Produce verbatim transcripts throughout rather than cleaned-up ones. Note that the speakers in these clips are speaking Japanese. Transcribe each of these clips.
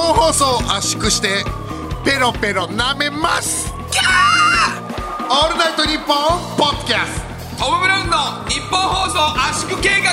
本放送を圧縮してペロペロ舐めます。キャーオールナイトニッポンポッドキャストム・ブラウンの日本放送圧縮計画。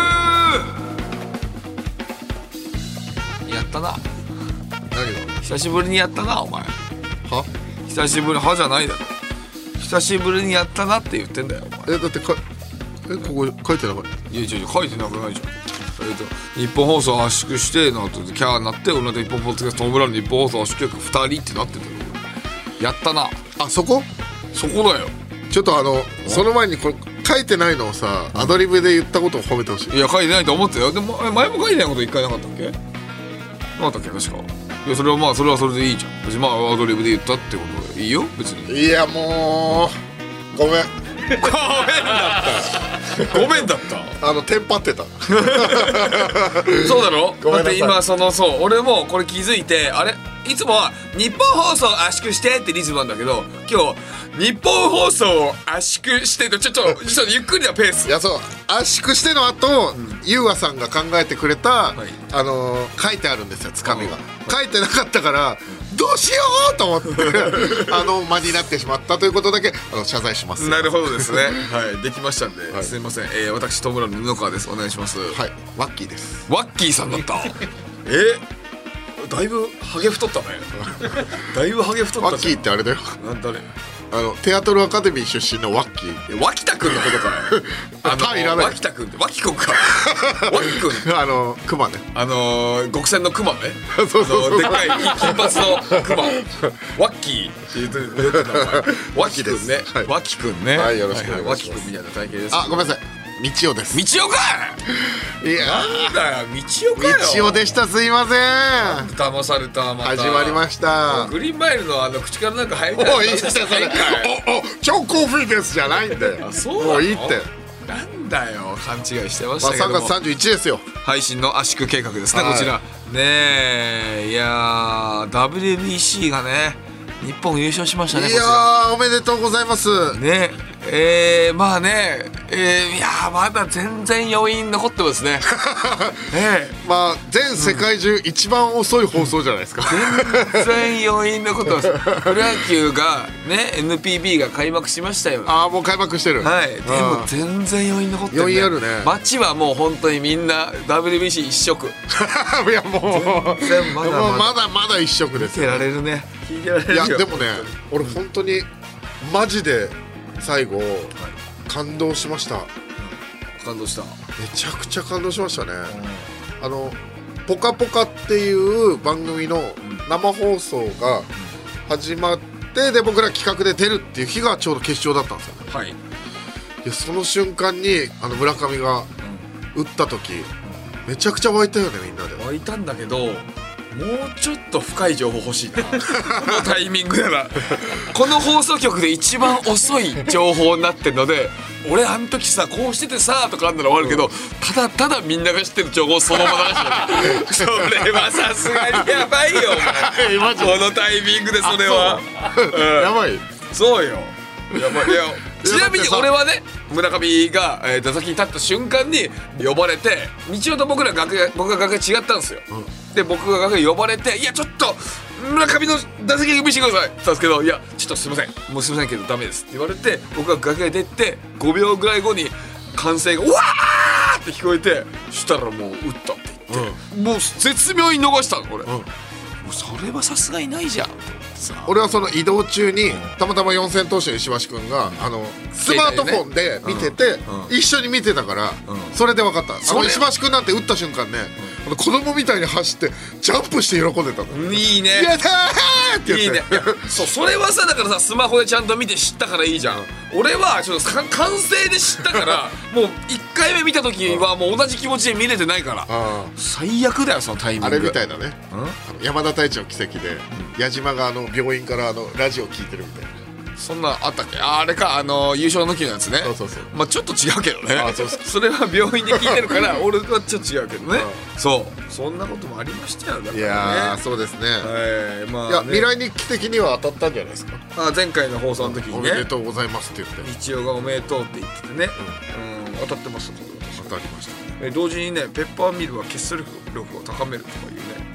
やったな。 何が久しぶりにやったなお前。 は久しぶりはじゃないだろ。久しぶりにやったなって言ってんだよお前。 えだってかえここ書いてなかった。 いやいや書いてなくないじゃん。えっと日本放送圧縮してなとキャーなって同じ日本放送トム・ブラウンの日本放送圧縮計画ふたりってなってたよ。やったな。 あそこそこだよ。 ちょっとあのその前にこれ書いてないのをさアドリブで言ったことを褒めてほしい。 いや書いてないと思ってたよ。でも前も書いてないこと一回なかったっけ。なかったっけ確か。いやそれはまあそれはそれでいいじゃん。別にまあアドリブで言ったってことでいいよ別に。 いやもうごめんごめんだったごめんだったあのテンパってたそうだろ。 ごめんなさい。 だって今そのそう俺もこれ気づいてあれいつもは日本放送圧縮してってリズムなんだけど今日日本放送を圧縮してちょっとちょっとゆっくりなペース。 いやそう圧縮しての後、うん、ゆうわさんが考えてくれた、はい、あのー、書いてあるんですよつかみが、うん、書いてなかったから、うん、どうしようと思ってあの間になってしまったということだけあの謝罪します。 なるほどですねはいできましたんで、はい、すいません、えー、私トム・ブラウンの布川です。お願いします。 はいワッキーです。 ワッキーさんだったえだいぶハゲ太ったねだいぶハゲ太った。 ワッキーってあれだよ。 なんだねあのテアトルアカデミー出身のワッキー。 脇田くんのことかあのいらない。 脇田くんって脇くんか脇くんあのクマね。 あのー、極戦のクマねそうそうそうでっかい金髪のクマワッキーって言ってた脇くんね。脇くんね。 はいよろしくお願いします。 脇くんみたいな体型です。 あごめんなさいみちおです。 みちおかい。いやなんだよみちおかよ。 みちおでしたすいません。 騙されたまた。 始まりました。 グリーンマイルのあの口からなんか入りたい。 もういいってそれ。おおチョコフィーですじゃないんだよ。 あそうもういいって。 なんだよ勘違いしてましたけども。 まあさんがつさんじゅういちですよ。 配信の圧縮計画ですね、はい、こちらねえ。いや ダブリュービーシー がね日本優勝しましたね。 いやーおめでとうございますね。えー、まあね、えー、いやーまだ全然余韻残ってますねえー、まあ全世界中一番遅い放送じゃないですか、 うん、全然余韻残ってます。プロ野球がね エヌピービー が開幕しましたよ。 ああもう開幕してる。 はいでも全然余韻残ってる、ね、 余韻あるね。 街はもう本当にみんな ダブリュービーシー 一色いやもう全然まだまだまだまだ一色です。 聞いてられるね。聞いてられるよ。 いやでもね俺本当にマジで最後、はい、感動しました、うん、 感動した。 めちゃくちゃ感動しましたね、うん、あのポカポカっていう番組の生放送が始まってで僕ら企画で出るっていう日がちょうど決勝だったんですよね、はい、でその瞬間にあの村上が打った時、うん、めちゃくちゃ湧いたよねみんなで。 湧いたんだけどもうちょっと深い情報欲しいなこのタイミングならこの放送局で一番遅い情報になってるので俺あの時さこうしててさとかあんなの分かるけど、うん、ただただみんなが知ってる情報をそのまま流してるそれはさすがにやばいよお前このタイミングでそれはそう、うん、やばい。 そうよやばい。いやちなみに俺はね村上が、えー、打席に立った瞬間に呼ばれて道夫と僕ら楽屋僕が楽屋違ったんですよ、うん、で僕が楽屋呼ばれていやちょっと村上の打席見せてくださいって言ったんですけどいやちょっとすいませんもうすいませんけどダメですって言われて僕が楽屋に出てごびょうぐらい後に歓声がうわーって聞こえてそしたらもう打ったって言って、うん、もう絶妙に逃したのこれ、うん、もうそれはさすがにないじゃん。 俺はその移動中にたまたま四千頭身の石橋君があのスマートフォンで見てて一緒に見てたからそれで分かった。あの石橋君なんて打った瞬間ね子供みたいに走ってジャンプして喜んでたの。 いいねやったーって言っていいね。そうそれはさだからさスマホでちゃんと見て知ったからいいじゃん。俺はちょっと完成で知ったからもういっかいめ見た時はもう同じ気持ちで見れてないから最悪だよそのタイミング。 あれみたいだねあの山田太一の奇跡で矢島があの病院からあのラジオ聞いてるみたいな。 そんなあったっけ。あれかあの優勝の時のやつね。 そうそうそう。 まあちょっと違うけどね。 あそうそう。 それは病院で聞いてるから俺はちょっと違うけどね。そうそんなこともありましたよだからね。 いやそうですね。 はいまあ、ね、 いや未来日記的には当たったんじゃないですか。 あ前回の放送の時にねおめでとうございますって言って日曜がおめでとうって言っててね、うん、うん、当たってます。 当たりました。 え同時にねペッパーミルは結束力を高めるとかいうねこれ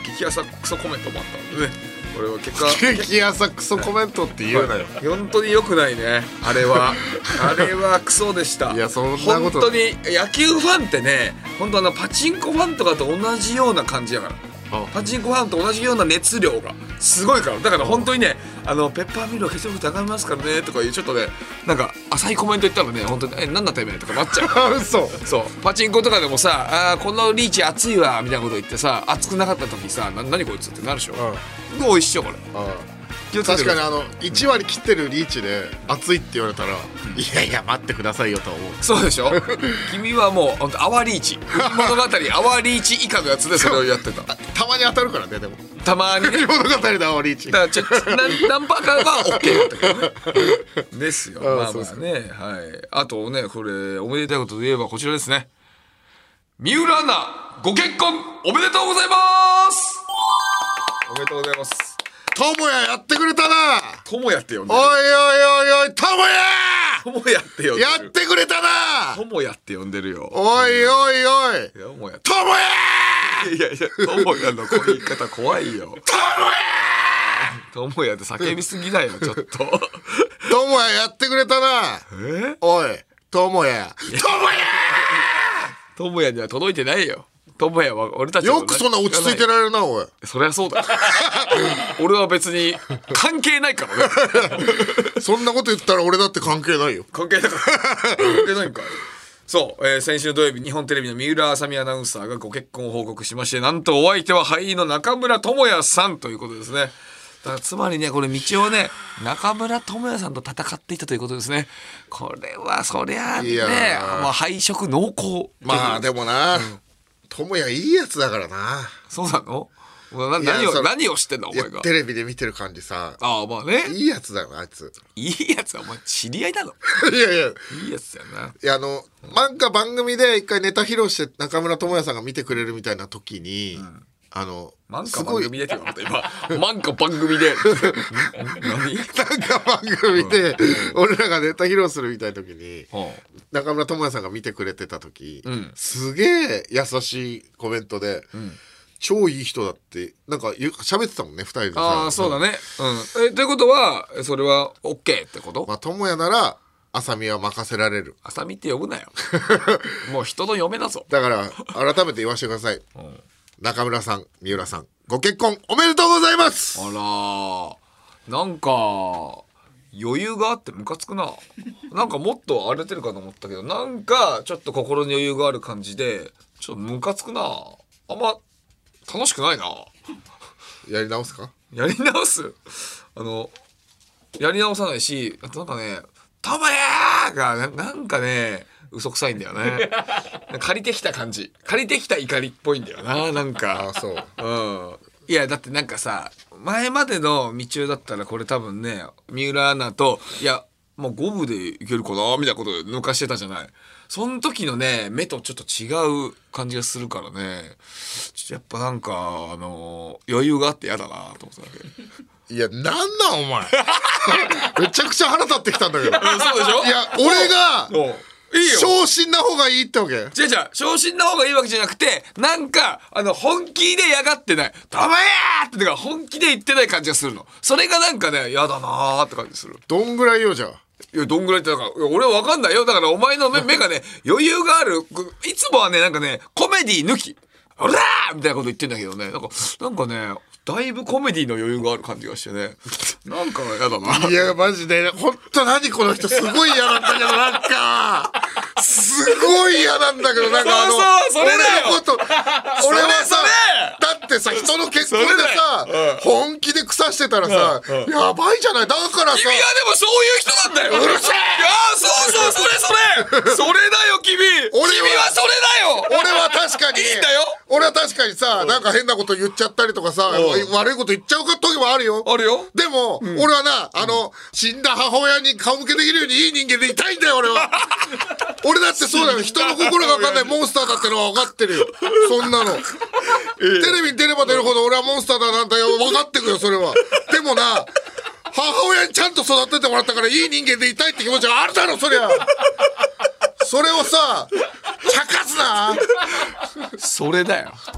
激浅クソコメントもあったんでね、これは結果激浅クソコメントって言うなよ、 はい、本当に良くないねあれはあれはクソでした。 いやそんなこと本当に野球ファンってね、本当あのパチンコファンとかと同じような感じやから、パチンコファンと同じような熱量がすごいから、だから本当にね、あのペッパーミルは血色高めますからねとかいうちょっとね、なんか浅いコメント言ったらね、本当にえなんだてめえとかなっちゃう嘘そうパチンコとかでもさ、あこのリーチ熱いわみたいなこと言ってさ、熱くなかった時さ、な何こいつってなるでしょ、うん、どう一緒これ、 うん、確かにあのいち割切ってるリーチで熱いって言われたら、うん、いやいや待ってくださいよとは思う。 そうでしょ君はもう本当アワリーチ物語アワリーチ以下のやつでそれをやってたたまに当たるからね、でもたまにね物語でアワリーチだからちょ何何パーかは OK だったけどねですよ。まあまあね、はい。あとね、これおめでたいことといえばこちらですね、三浦アナご結婚おめでとうございます。おめでとうございます。 ともややってくれたな。 ともやって呼んでる。 おいおいおいおいともやともやって呼んでる。 やってくれたな。 ともやって呼んでるよ。 おいおいおいともやともやいやいやともやのこう言い方怖いよ。ともやともやって叫びすぎだよちょっとともややってくれたな。 えおいともやともやともやには届いてないよ。ともやは俺たちよくそんな落ち着いてられるな。おいそりゃそうだ俺は別に関係ないからねそんなこと言ったら俺だって関係ないよ。 関係ないから関係ないんかい。そう、えー、先週土曜日日本テレビの三浦あさみアナウンサーがご結婚を報告しまして、なんとお相手は俳優の中村倫也さんということですね。だからつまりね、これ道をね中村倫也さんと戦っていたということですね。これはそりゃあね、まあ、配色濃厚。 まあでもな、倫也いいやつだからな。 そうなの？な何を何を知ってんのお前が。 テレビで見てる感じさ。 ああまあね。 いいやつだよなあいつ。 いいやつはお前知り合いなの？ いやいや。 いいやつだよな。 いやあのなんか番組で一回ネタ披露して中村倫也さんが見てくれるみたいな時に、うん、あのなんか番組でって言われた今。なんか番組で。何？ なんか番組で俺らがネタ披露するみたいな時に、うん、中村倫也さんが見てくれてた時、うん、すげえ優しいコメントで。うん超いい人だってなんか喋ってたもんねふたりでさ。 ああそうだね、うん、えということはそれは OK ってこと？ まあ智也ならあさみは任せられる。 あさみって呼ぶなよもう人の嫁だぞ。 だから改めて言わせてください、うん、中村さん三浦さんご結婚おめでとうございます。 あらなんか余裕があってムカつくななんかもっと荒れてるかと思ったけど、なんかちょっと心に余裕がある感じでちょっとムカつくな。あんま楽しくないな。 やり直すか？ やり直す？あのやり直さないし、あとなんかね「ともやー!」が な, なんかね嘘くさいんだよね借りてきた感じ、借りてきた怒りっぽいんだよな。なんかあそう、 うん、いやだってなんかさ前までの道夫だったらこれ多分ね三浦アナといやもう五分でいけるかなみたいなことで抜かしてたじゃない。その時のね目とちょっと違う感じがするからね、ちょっとやっぱなんかあのー、余裕があって嫌だなと思ってたわけ。いやなんなんお前めちゃくちゃ腹立ってきたんだけどそうでしょ。 いや俺がいいよ昇進な方がいいってわけ。違う違う昇進な方がいいわけじゃなくて、なんかあの本気でやがってない「たまやー!」ってか本気で言ってない感じがするの。それがなんかね嫌だなーって感じする。 どんぐらいよじゃあ。 いやどんぐらいってだから俺は分かんないよ。だからお前の 目, 目がね余裕がある。いつもはねなんかねコメディ抜き「おらー!」みたいなこと言ってんだけどね、なんかなんかねだいぶコメディの余裕がある感じがしてねなんかやだな。 いやマジでほんと何この人すごい嫌なんだけどなんかすごい嫌なんだけどなんかあのそうそうそれだよ俺のこと俺はさだってさ人の結婚でさ、うん、本気で腐してたらさ、うんうん、やばいじゃない。だからさ君はでもそういう人なんだよ。うるせえ。いやそうそうそれそれそれだよ君。君はそれだよ。 俺は確かにいいんだよ。俺は確かにさ、うん、なんか変なこと言っちゃったりとかさ、うん、悪いこと言っちゃう時もあるよ。 あるよ。 でも、うん、俺はなあの、うん、死んだ母親に顔向けできるようにいい人間でいたいんだよ俺は俺だってそうだよ。人の心が分かんないモンスターだってのは分かってるよそんなの、ええ、テレビに出れば出るほど俺はモンスターだなんだよ分かってくよそれは。でもな母親にちゃんと育ててもらったからいい人間でいたいって気持ちがあるだろそりゃそれをさ茶化すな。 それだよ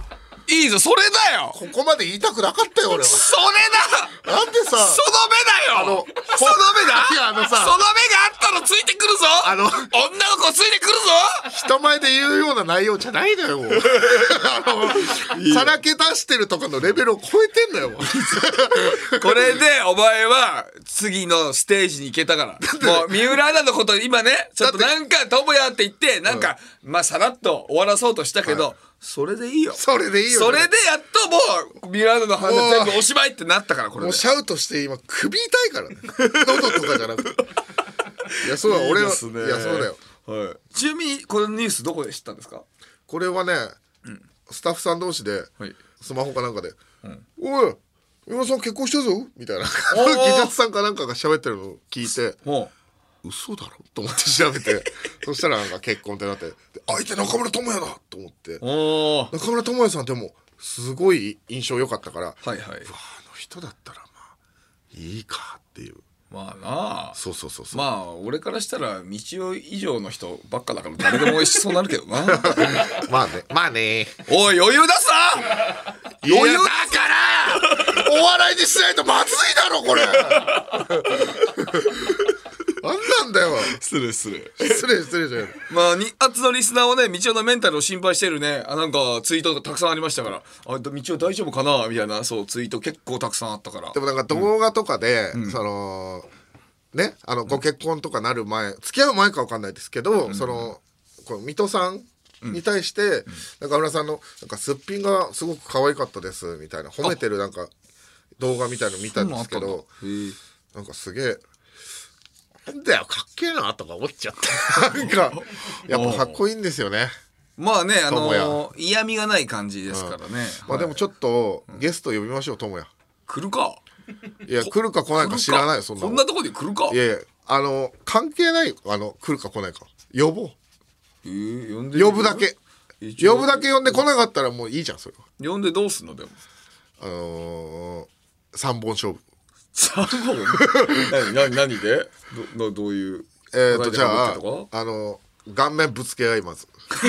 いいぞ、それだよ。 ここまで言いたくなかったよ俺は。 それだ。 なんでさ、 その目だよ。 あのその目だ。 いやあのさ、 その目があったらついてくるぞ。 あの女の子ついてくるぞ。 人前で言うような内容じゃないのよもう。あのさらけ出してるとかのレベルを超えてんのよもう。 これでお前は次のステージに行けたから。もう三浦アナのこと今ね、ちょっとなんか智也って言ってなんか、うん、まあさらっと終わらそうとしたけど、はい、それでいいよ。 それでいいよ。 それでやっともう三浦アナの話全部おしまいってなったから。これでもうシャウトして今首痛いからね。喉とかじゃなくて。いやそうだ、俺は、いやそうだよ。 はい、ちなみにこのニュースどこで知ったんですか？ これはね、うん、スタッフさん同士で、はい、スマホかなんかで「うん、おい三浦さん結婚したぞ」みたいな技術さんかなんかが喋ってるのを聞いて嘘だろと思って調べてそしたらなんか結婚ってなって相手中村倫也だと思って中村倫也さんでもすごい印象良かったから、はいはい、うわあの人だったらまあいいかっていう。 まあなあ、 そうそうそうそう。 まあ俺からしたら道夫以上の人ばっかだから誰でも美味しそうになるけどな。 まあねまあね。 おい余裕出すな。 余裕だからお笑いにしないとまずいだろこれ。なんなんだよ。 失礼失礼失礼失礼じゃん。 まあに発のリスナーはね、道夫のメンタルを心配してるね、あなんかツイートがたくさんありましたから、あ道夫大丈夫かなみたいな、そうツイート結構たくさんあったから。 でもなんか動画とかで、うん、そのね、あのご結婚とかなる前、付き合う前か分かんないですけど、うん、そのこの水戸さんに対して、うん、中村さんのなんかすっぴんがすごく可愛かったですみたいな褒めてるなんか動画みたいの見たんですけど、なんかすげえなんだよかっけえなとか思っちゃってなんかやっぱかっこいいんですよね。 まあね、あのー、嫌味がない感じですからね、うん、 まあでもちょっとゲスト呼びましょう。智也来るか。 いや来るか来ないか知らないよ。そんなこんなとこで来るか。 いやいやあの関係ない。あの来るか来ないか呼ぼう。 えー、呼んで呼ぶだけ呼ぶだけ呼んで来なかったらもういいじゃん。それは呼んでどうすんの。でもあのー、さんぼん勝負。 さんぼん何何で ど, どういうえーとじゃああの顔面ぶつけ合います。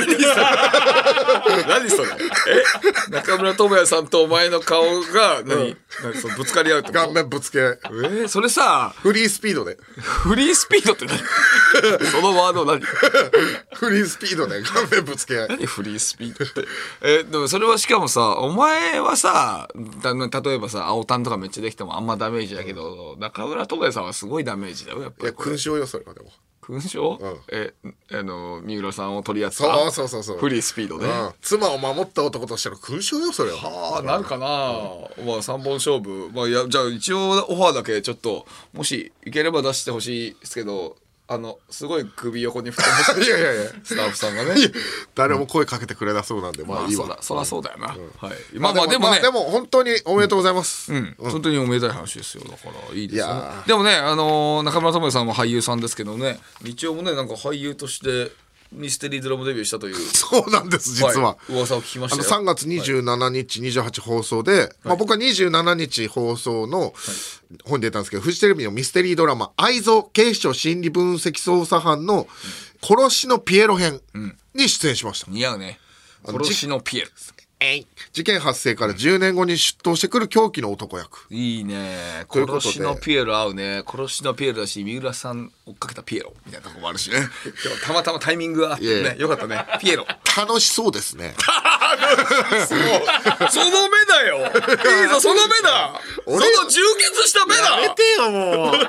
何それ。え中村倫也さんとお前の顔が何、うん、何そのぶつかり合うってこと。 顔面ぶつけ合い。 えー、それさフリースピードで。 フリースピードって何。そのワード何。 フリースピードで顔面ぶつけ合い。 何フリースピードって。えー、でもそれはしかもさ、お前はさ例えばさ青タンとかめっちゃできてもあんまダメージだけど、うん、中村倫也さんはすごいダメージだよやっぱり。いや勲章よそれは。でも勲章、うん、えあの三浦さんを取り扱うそうそうそうそうフリースピードで、うん、 妻を守った男としたら勲章よそれは。 はあなるかな、うん、まあさんぼん勝負、まあ、やじゃあ一応オファーだけちょっともしいければ出してほしいですけど、あのすごい首横に振ってほしい。いやいやいやスタッフさんがね誰も声かけてくれなそうなんで、うん、まあいいわ。 まあ、そらそうだよな、うん、はい。 まあまあでもね、まあ、でも本当におめでとうございます。 うん、うん、本当におめでたい話ですよ。だからいいですよね。でもね、あのー、中村倫也さんも俳優さんですけどね、道夫もねなんか俳優としてミステリードラマデビューしたという。 そうなんです実は、 はい、噂を聞きましたよ。 あのさんがつにじゅうしちにち、はい、にじゅうはち放送で、はい、まあ、僕はにじゅうしちにち放送の本に出たんですけど、フジテレビのミステリードラマ愛憎警視庁心理分析捜査班の殺しのピエロ編に出演しました。 似合うね。殺しのピエロ。 事件発生からじゅうねんごに出頭してくる狂気の男役。 いいね。殺しのピエロ合うね。殺しのピエロだし、三浦さん追っかけたピエロみたいなとこもあるしね。たまたまタイミングがあってね、よかったね。ピエロ楽しそうですね。 その目だよ。いいぞその目だ。その充血した目だ。 やめてよもう。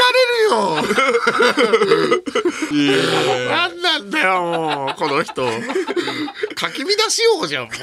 疲れるよ。なんなんだよもうこの人。かき乱しようじゃん。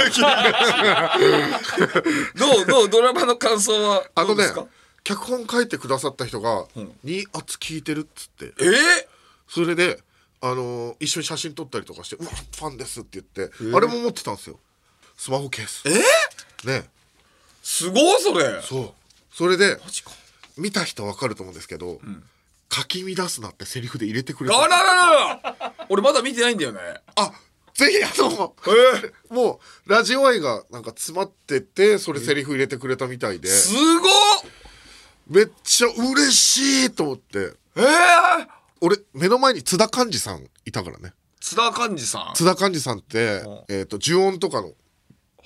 どうどうドラマの感想はどうですか。 あのね、脚本書いてくださった人が「に圧聞いてる」っつって、 えー、 それで、あのー、一緒に写真撮ったりとかして「うわファンです」って言って、えー、あれも持ってたんですよ、スマホケース。 えー、ねすごいそれ。 そうそれで見た人分かると思うんですけど、うん、かき乱すなってセリフで入れてくれた。 あらららら俺まだ見てないんだよね。 あぜひあの、えー、もうラジオ愛がなんか詰まってて、それセリフ入れてくれたみたいで、 すごっめっちゃ嬉しいと思って。 えー、 俺目の前に津田寛治さんいたからね。 津田寛治さん津田寛治さんって、うん、えーと呪音とかの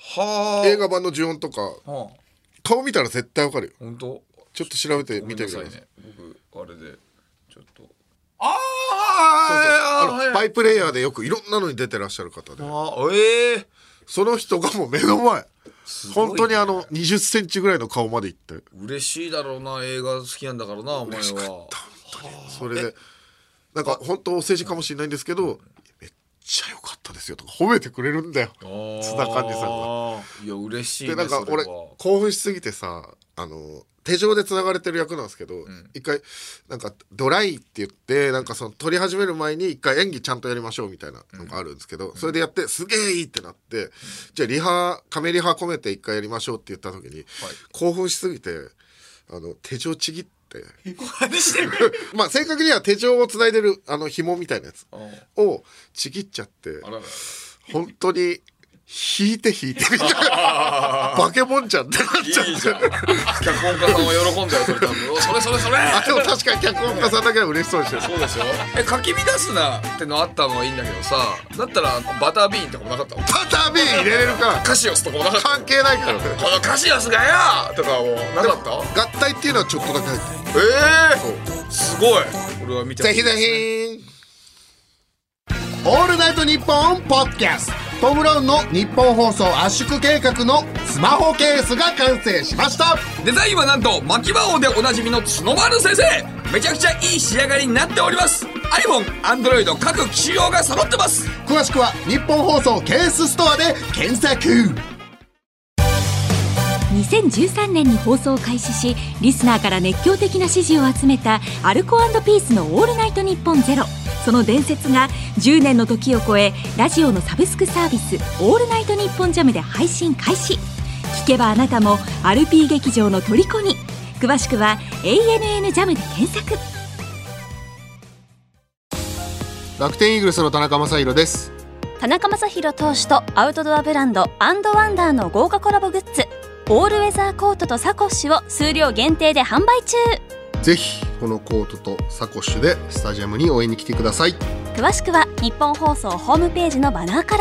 はあ映画版の呪怨とか、 はあ、 顔見たら絶対わかるよ。 本当ちょっと調べてみてみてください。 ね、僕あれでちょっとあああバイプレイヤーでよくいろんなのに出てらっしゃる方で、 あええー、 その人がもう目の前、本当にあのにじゅっセンチぐらいの顔までいって、 嬉しいだろうな、映画好きなんだからなお前は。嬉しかった本当に。それでなんか本当お世辞かもしれないんですけど、めっちゃ良かったですよとか褒めてくれるんだよ、津田寛治さんが。 いや嬉しいね。 でなんか俺興奮しすぎてさ、あの手錠でつながれてる役なんですけど、うん、一回なんかドライって言ってなんかその撮り始める前に一回演技ちゃんとやりましょうみたいなのがあるんですけど、うん、それでやってすげえいいってなって、うん、じゃあリハカメリハ込めて一回やりましょうって言った時に、はい、興奮しすぎてあの手錠ちぎって何してるまあ正確には手錠をつないでるあの紐みたいなやつをちぎっちゃって、あらら本当に引いて引いてみたいなバケモンちゃんってなっちゃって、いいじゃん。脚本家さんは喜んだよそれ多分。それそれそれあでも確かに脚本家さんだけは嬉しそうでしたよ。 そうですよ。えかき乱すなってのあったのはいいんだけどさ、だったらバタービーンとかもなかったの？ バタービーン入れれるかカシオスとかもなかった？ 関係ないからね。 このカシオスがよとかもなかった？ 合体っていうのはちょっとだけ入ってる。 ええー、すごい。俺は見てぜひぜひオールナイトニッポンポッドキャスト、トム・ブラウンの日本放送圧縮計画のスマホケースが完成しました。 デザインはなんと牧場王でおなじみの角丸先生。めちゃくちゃいい仕上がりになっております。 iPhone、Android 各機種用が揃ってます。 詳しくは日本放送ケースストアで検索。 にせんじゅうさんねんに放送を開始し、リスナーから熱狂的な支持を集めたアルコ&ピースのオールナイトニッポンゼロ。その伝説がじゅうねんの時を超え、ラジオのサブスクサービスオールナイトニッポンジャムで配信開始。聞けばあなたも アールピー 劇場の虜に。詳しくは エーエヌエヌ ジャムで検索。 楽天イーグルスの田中将大です。 田中将大投手とアウトドアブランドアンドワンダーの豪華コラボグッズ、オールウェザーコートとサコッシュを数量限定で販売中。 ぜひこのコートとサコッシュでスタジアムに応援に来てください。 詳しくは日本放送ホームページのバナーから。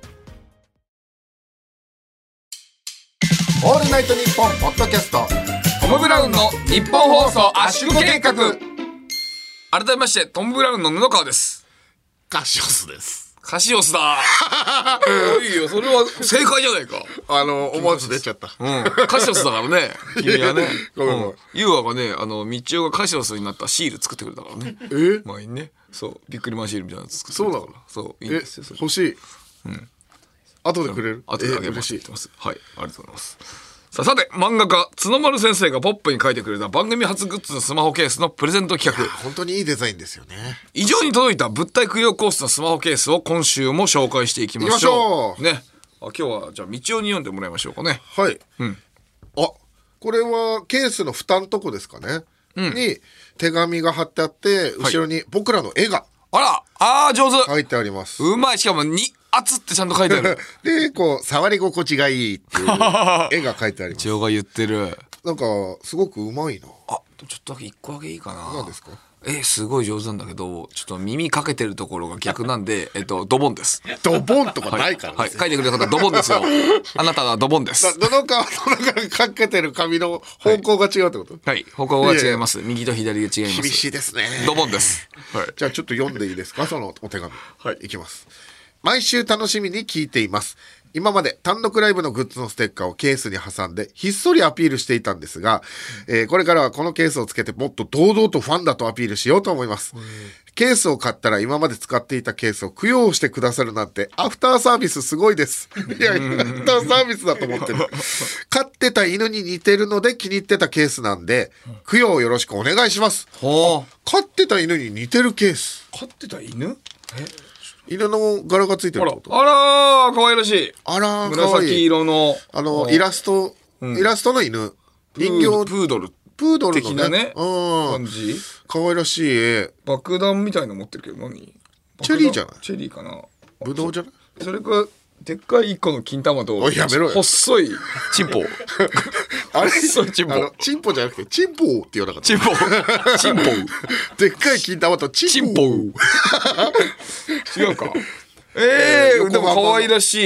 オールナイトニッポンポッドキャスト、 トム・ブラウンの日本放送圧縮計画。改めましてトム・ブラウンの布川です。 カシオスです。 カシオスだいいよ、それは正解じゃないか。 あの思わず出ちゃった、 うん、カシオスだからね君はねごめんごめん、 ユーアがね、あの道夫がカシオスになったシール作ってくれたからね。 え前にね、そうビックリマンシールみたいなの作ってくれたから。 そうなの。そういいですよそれ。 欲しい。うん。後でくれる？ 後であげます。はい、ありがとうございます。さあ、さて漫画家角丸先生がポップに書いてくれた番組初グッズのスマホケースのプレゼント企画。 本当にいいデザインですよね。 以上に届いた物体供養コースのスマホケースを今週も紹介していきましょう。ね。あ、今日はじゃあ道夫に読んでもらいましょうかね。 はい。 うん。 あ、これはケースの蓋のとこですかね。うん、に手紙が貼ってあって後ろに僕らの絵が、 はい、あら、あー上手。 書いてあります。 うまい。しかもに熱ってちゃんと書いてあるでこう触り心地がいいっていう絵が書いてあります。 一応が言ってる。 なんかすごくうまいな。 あ、ちょっとだけ一個だけいいかな。 何ですか？ えすごい上手なんだけど、ちょっと耳かけてるところが逆なんでえっとドボンです。 ドボンとかないからね。 はい、はい、書いてくれた方ドボンですよあなたはドボンです。 どの川の中にかけてる紙の方向が違うってこと？ はい、はい、方向が違います。右と左で違います。 厳しいですね。 ドボンです、はい、 じゃあちょっと読んでいいですか、そのお手紙。はい、いきます。毎週楽しみに聞いています。今まで単独ライブのグッズのステッカーをケースに挟んでひっそりアピールしていたんですが、えー、これからはこのケースをつけてもっと堂々とファンだとアピールしようと思います。ケースを買ったら今まで使っていたケースを供養してくださるなんてアフターサービスすごいです。いやいや、アフターサービスだと思ってる。飼ってた犬に似てるので気に入ってたケースなんで供養よろしくお願いします。はあ、飼ってた犬に似てるケース。 飼ってた犬？え犬の柄がついてるってこと？ あらー、可愛らしい。 あらー、 紫色のあのイラスト、うん、イラストの犬、人形プードルプードルの、ね、 的なね、 うん、 感じ。 可愛らしい絵。 爆弾みたいなの持ってるけど何？ チェリーじゃない？ チェリーかな。 ブドウじゃない？ それかでっかい一個の金玉とおいやめろよ細いチンポあれ細いチンポ、 あのチンポじゃなくてチンポーって言わなかった？ チンポチンポでっかい金玉とチンポー違うか。えー、でも可愛らしい。 い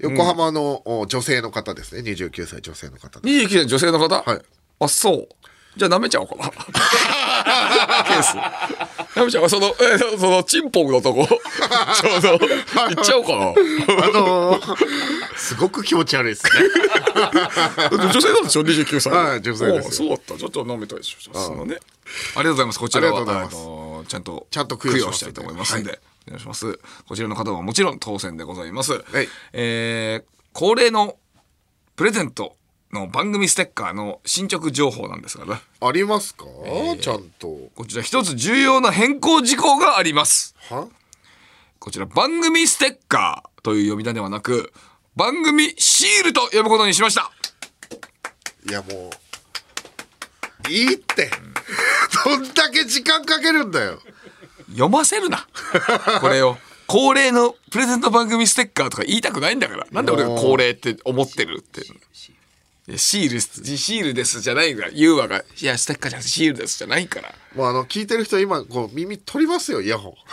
横浜のお女性の方ですね。にじゅうきゅうさい女性の方です。 にじゅうきゅうさい女性の方、 はい。 あ、そうじゃあ舐めちゃおうかなケース舐めちゃおう。そのえー、そのチンポンのとこちょうどいっちゃおうかな。 あのー、すごく気持ち悪いですね。 女性なんでしょにじゅうきゅうさい。 はい、女性です。 そうだった。ちょっと舐めたいでしょ。そのね。ありがとうございます。こちらはありがとうございますあのちゃんとちゃんと供供養します養したいと思いますんで、 はい、 お願いします。こちらの方はもちろん当選でございます。 はい、 えー、恒例のプレゼントの番組ステッカーの進捗情報なんですがね。 ありますか、えー、ちゃんと。 こちら一つ重要な変更事項があります。 はこちら番組ステッカーという呼び名ではなく番組シールと呼ぶことにしました。 いやもういいってどんだけ時間かけるんだよ。 読ませるなこれを。恒例のプレゼント番組ステッカーとか言いたくないんだから。なんで俺が恒例って思ってるって。いやシールシールですじゃないから。ユーワがいやステッカーじゃなくてシールですじゃないから。 もうあの聞いてる人今こう耳取りますよイヤホン。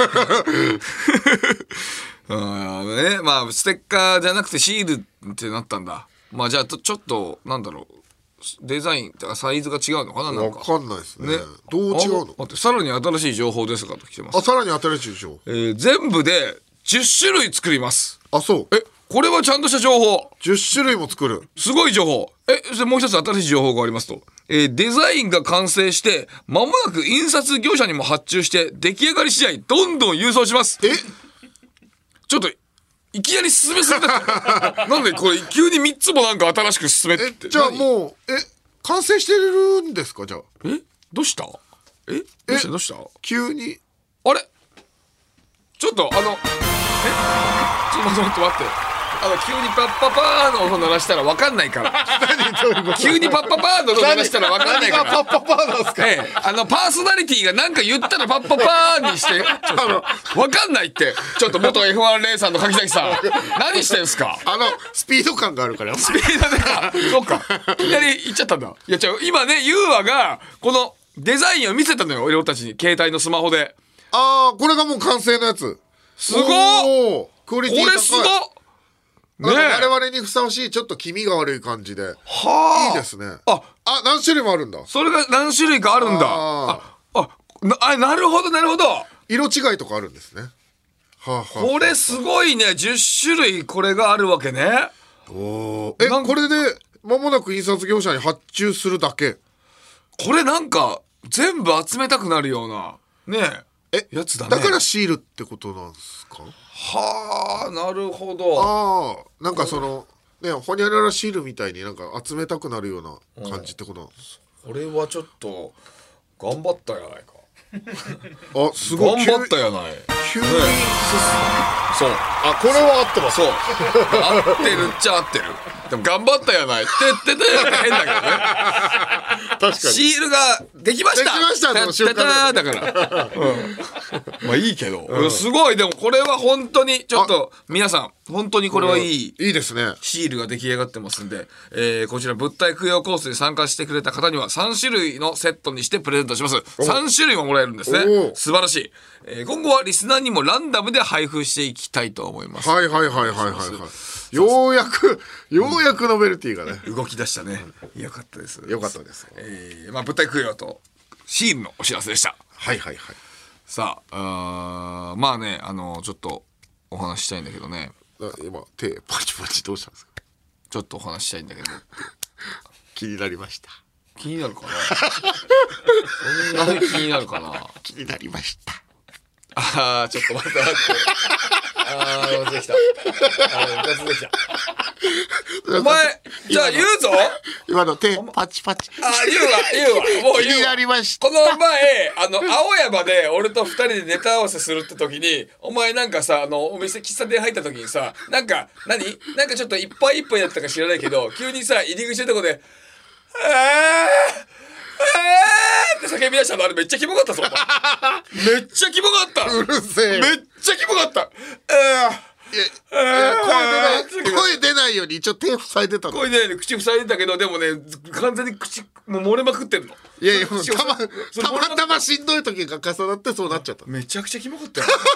うんね、まあステッカーじゃなくてシールってなったんだ。まあじゃあちょっとなんだろうデザインとかサイズが違うのかな。なんかわかんないですね。どう違うの。 待ってさらに新しい情報ですかと来てます。 あ、さらに新しい情報。 えー、全部でじゅっしゅるい作ります。 あ、そう。 えこれはちゃんとした情報。 じゅっしゅるいも作る。 すごい情報。えそしてもう一つ新しい情報がありますと、えー、デザインが完成して間もなく印刷業者にも発注して出来上がり次第どんどん郵送します。 えちょっといきなり進めすぎだなんでこれ急にみっつもなんか新しく進めって。 えじゃあもうえ完成してるんですか。じゃあえどうしたえどうしたどうした急に。 あれちょっとあのえちょっと待って待って待ってあの急にパッパパーの音鳴らしたら分かんないから急にパッパパーの音鳴らしたら分かんないから何がパッパパーなんですか。 ええ、あのパーソナリティが何か言ったらパッパパーにして分かんないってちょっと元 エフワン レーサーの柿崎さん何してんすか。 あのスピード感があるからスピードでかそうかいきなり言っちゃったんだ。いや違う今ねユーアがこのデザインを見せたのよ俺たちに携帯のスマホで。 ああこれがもう完成のやつ。 すごっクオリティ高い。 これすごっね、我々にふさわしいちょっと気味が悪い感じではあいいですね。 ああ何種類もあるんだ。 それが何種類かあるんだ。 あああ な, あなるほどなるほど。 色違いとかあるんですね。はあはあ、 これすごいねじゅっしゅるいこれがあるわけね。 おえこれで間もなく印刷業者に発注するだけ。 これなんか全部集めたくなるようなねえやつだね。 だからシールってことなんですか。 はあなるほど。 ああなんかそのねホニャララシールみたいになんか集めたくなるような感じってことなんです。 これはちょっと頑張ったやないか。 あすごい頑張ったやない。 急に、ね、 そうあこれは合ってます。 そう合ってるっちゃ合ってる。でも頑張ったやないって言ってて変だけどね。 確かにシールができましたできましたの瞬間だから、うん、まあいいけど、うん、すごいでもこれは本当にちょっと皆さん本当にこれはいいいいですね。 シールが出来上がってますんで、えー、こちら物体供養コースに参加してくれた方にはさんしゅるいのセットにしてプレゼントします。さんしゅるいももらえるんですね。素晴らしい、えー、今後はリスナーにもランダムで配布していきたいと思います。 はいはいはいはいはいはいようやくようやくノベルティがね、 うん、動き出したね。よかったです。 よかったです。 えー、まあ物体供養とシールのお知らせでした。 はいはいはい。 さあ、あまあねあのちょっとお話ししたいんだけどね。 今手パチパチどうしたんですか。 ちょっとお話ししたいんだけど気になりました。 気になるかなそんなに気になるかな気になりました。 あーちょっと待って待ってあー出てきたあー出てきたお前じゃあ言うぞ今の手パチパチあー言うわ言うわもう言うわ。 気になりました。 この前あの青山で俺と二人でネタ合わせするって時にお前なんかさあのお店喫茶店入った時にさなんか何なんかちょっといっぱいいっぱいだったか知らないけど急にさ入り口のとこで「えーえーって叫び出したのあれめっちゃキモかったぞめっちゃキモかったうるせえめっちゃキモかったえーえー、声出ない声出ないように一応手塞いでたの。 声出ないように口塞いでたけどでもね完全に口もう漏れまくってるの。 いやいやたまたまたましんどい時が重なってそうなっちゃった。 めちゃくちゃキモかったよ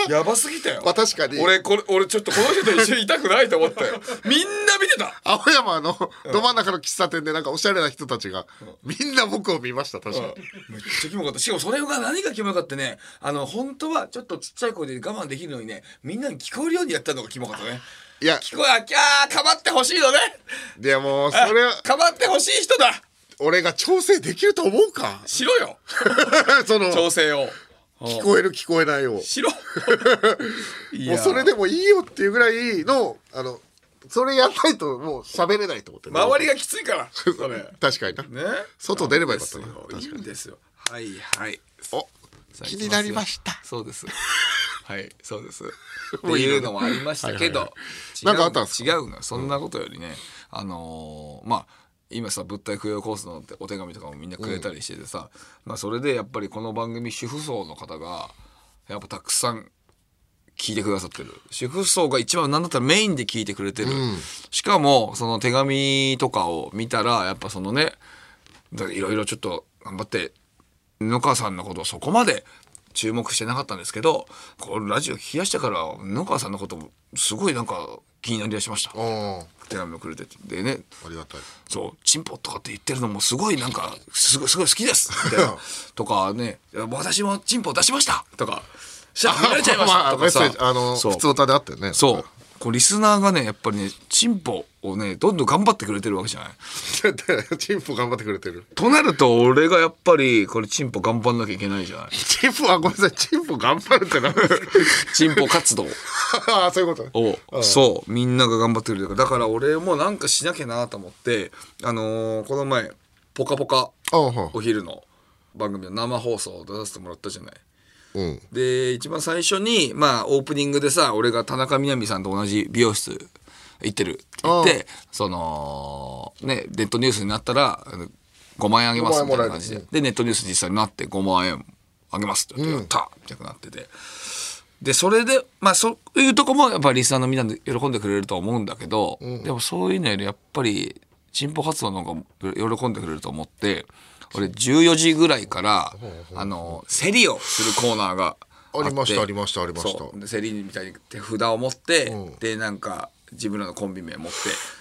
やばすぎたよ。 まあ確かに俺これ俺ちょっとこの人と一緒にいたくないと思ったよ。みんな見てた。 青山のど真ん中の喫茶店でなんかおしゃれな人たちがみんな僕を見ました。確かに、 うん、めっちゃキモかった。しかもそれが何がキモかってね、あの本当はちょっとちっちゃい声で我慢できるのにね、みんなに聞こえるようにやったのがキモかったね。 いや聞こえあきゃーかまってほしいのね。 いやもうそれはかまってほしい人だ。 俺が調整できると思うか。 しろよその調整を。 聞こえる聞こえないをしろもうそれでもいいよっていうぐらいのあのそれやんないともう喋れないと思って、 周りがきついからそれ確かにな、 ね、 外出ればよかったな。 確かにいいんですよ。はいはいお気になりました。 そうですはいそうですっていうのもありましたけど、 なんかあったんですか。 違うのそんなことよりね、あのー、まあ今さ物体供養コースのお手紙とかもみんなくれたりしててさ、うん、まあそれでやっぱりこの番組主婦層の方がやっぱたくさん聞いてくださってる。主婦層が一番なんだったらメインで聞いてくれてる、うん、しかもその手紙とかを見たらやっぱそのねいろいろちょっと頑張って布川さんのことをそこまで注目してなかったんですけど、このラジオ聞き出してから布川さんのこともすごいなんか気になりだしました。手紙をくれてでね、 ありがたい。 そうチンポとかって言ってるのもすごいなんかすごいすごい好きですみたいなとかね、私もチンポ出しましたとかしたら見られちゃいましたとかさ、 あの普通歌であったよね。 そうこうリスナーがねやっぱりねチンポをねどんどん頑張ってくれてるわけじゃないチンポ頑張ってくれてるとなると俺がやっぱりこれチンポ頑張んなきゃいけないじゃない。 チンポはごめんなさい、チンポ頑張るってなんですかチンポ活動ああそういうことをそうみんなが頑張ってくれてるから、だから俺もなんかしなきゃなと思ってあのー、この前ポカポカお昼の番組の生放送を出させてもらったじゃない。うん、で一番最初にまあオープニングでさ俺が田中みな実さんと同じ美容室行ってるって言ってそのねネットニュースになったらごまんえんあげますみたいな感じで、うん、でネットニュース実際になってごまんえんあげますって言って、うん、やったみたいになってて、でそれでまあそういうとこもやっぱりリスナーのみんなで喜んでくれると思うんだけど、うん、でもそういうのよりやっぱり進歩活動の方が喜んでくれると思って俺じゅうよじぐらいからあの競りをするコーナーがあって、 ありましたありましたありました。 そうで競りみたいに手札を持って、うん、でなんか自分らのコンビ名持って、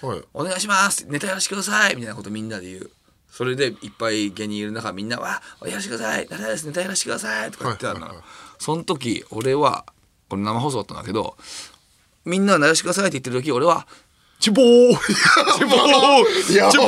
はい、お願いしますネタやらせてくださいみたいなことみんなで言う。それでいっぱい芸人いる中みんなはおやらせてくださいネタですネタやらせてくださいとか言ってたの、はいはいはい、その時俺はこれ生放送だったんだけどみんながやらせてくださいって言ってる時俺はチボーチボーチボーチボ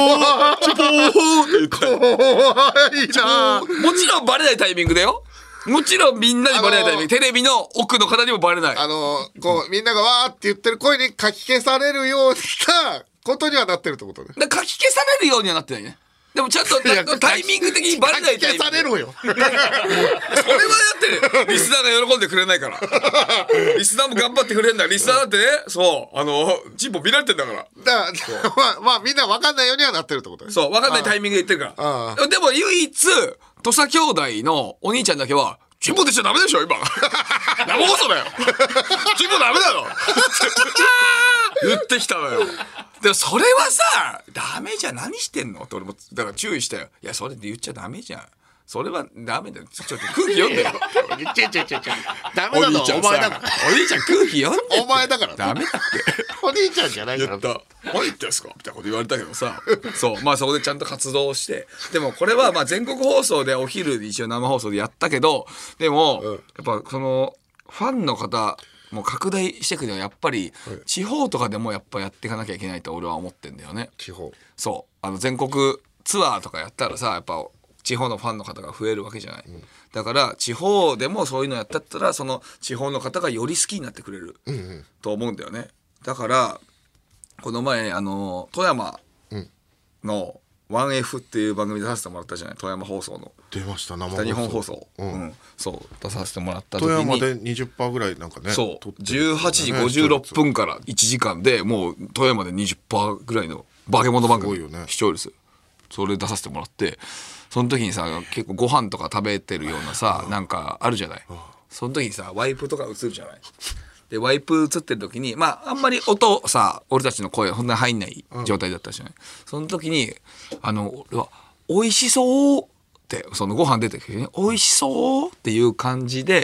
ーって言った怖いな。もちろんバレないタイミングだよ。もちろんみんなにバレないタイミング、テレビの奥の方にもバレない。 あのこうみんながわーって言ってる声にかき消されるようなことにはなってるってことね。 だからかき消されるようにはなってないね。でもちゃんとタイミング的にバレないタイミング。 消されろよ。 それはやってる。リスナーが喜んでくれないから。リスナーも頑張ってくれるんだ。リスナーだってね、そうあのチンポ見られてんだから。 だからまあまあみんな分かんないようにはなってるってことね。 そう分かんないタイミングで言ってるから。でも唯一土佐兄弟のお兄ちゃんだけはチンポ出ちゃダメでしょ今。生放送だよ。チンポダメだよ。言ってきたのよ。でもそれはさダメじゃん何してんのって俺もだから注意したよ。いやそれで言っちゃダメじゃん。それはダメだよ。ちょっと空気読んでよ。 ちょちょちょちょダメだのお前だから。 お兄ちゃん空気読んで。 お前だからダメだって。 お兄ちゃんじゃないから。 言った。何言ってんすかみたいなこと言われたけどさ。そうまあそこでちゃんと活動して。でもこれはまあ全国放送でお昼一応生放送でやったけどでも、うん、やっぱそのファンの方もう拡大していくにはやっぱり地方とかでもやっぱやっていかなきゃいけないと俺は思ってんだよね。 地方そうあの全国ツアーとかやったらさやっぱ地方のファンの方が増えるわけじゃない、うん、だから地方でもそういうのやったったらその地方の方がより好きになってくれると思うんだよね。だからこの前あの富山の ワンエフ っていう番組出させてもらったじゃない。富山放送の出ました生放送北日本放送、うんうん、そう出させてもらった時に富山で にじゅっパーセント ぐらいなんかねそうじゅうはちじごじゅうろっぷんからいちじかんでもう富山で にじゅっパーセント ぐらいの化け物番組視聴率それ出させてもらってその時にさ結構ご飯とか食べてるようなさなんかあるじゃない。その時にさワイプとか映るじゃない。でワイプ映ってる時にまああんまり音さ俺たちの声ほんなに入んない状態だったじゃない。その時にあの俺は美味しそうってそのご飯出てきてね美味しそうっていう感じで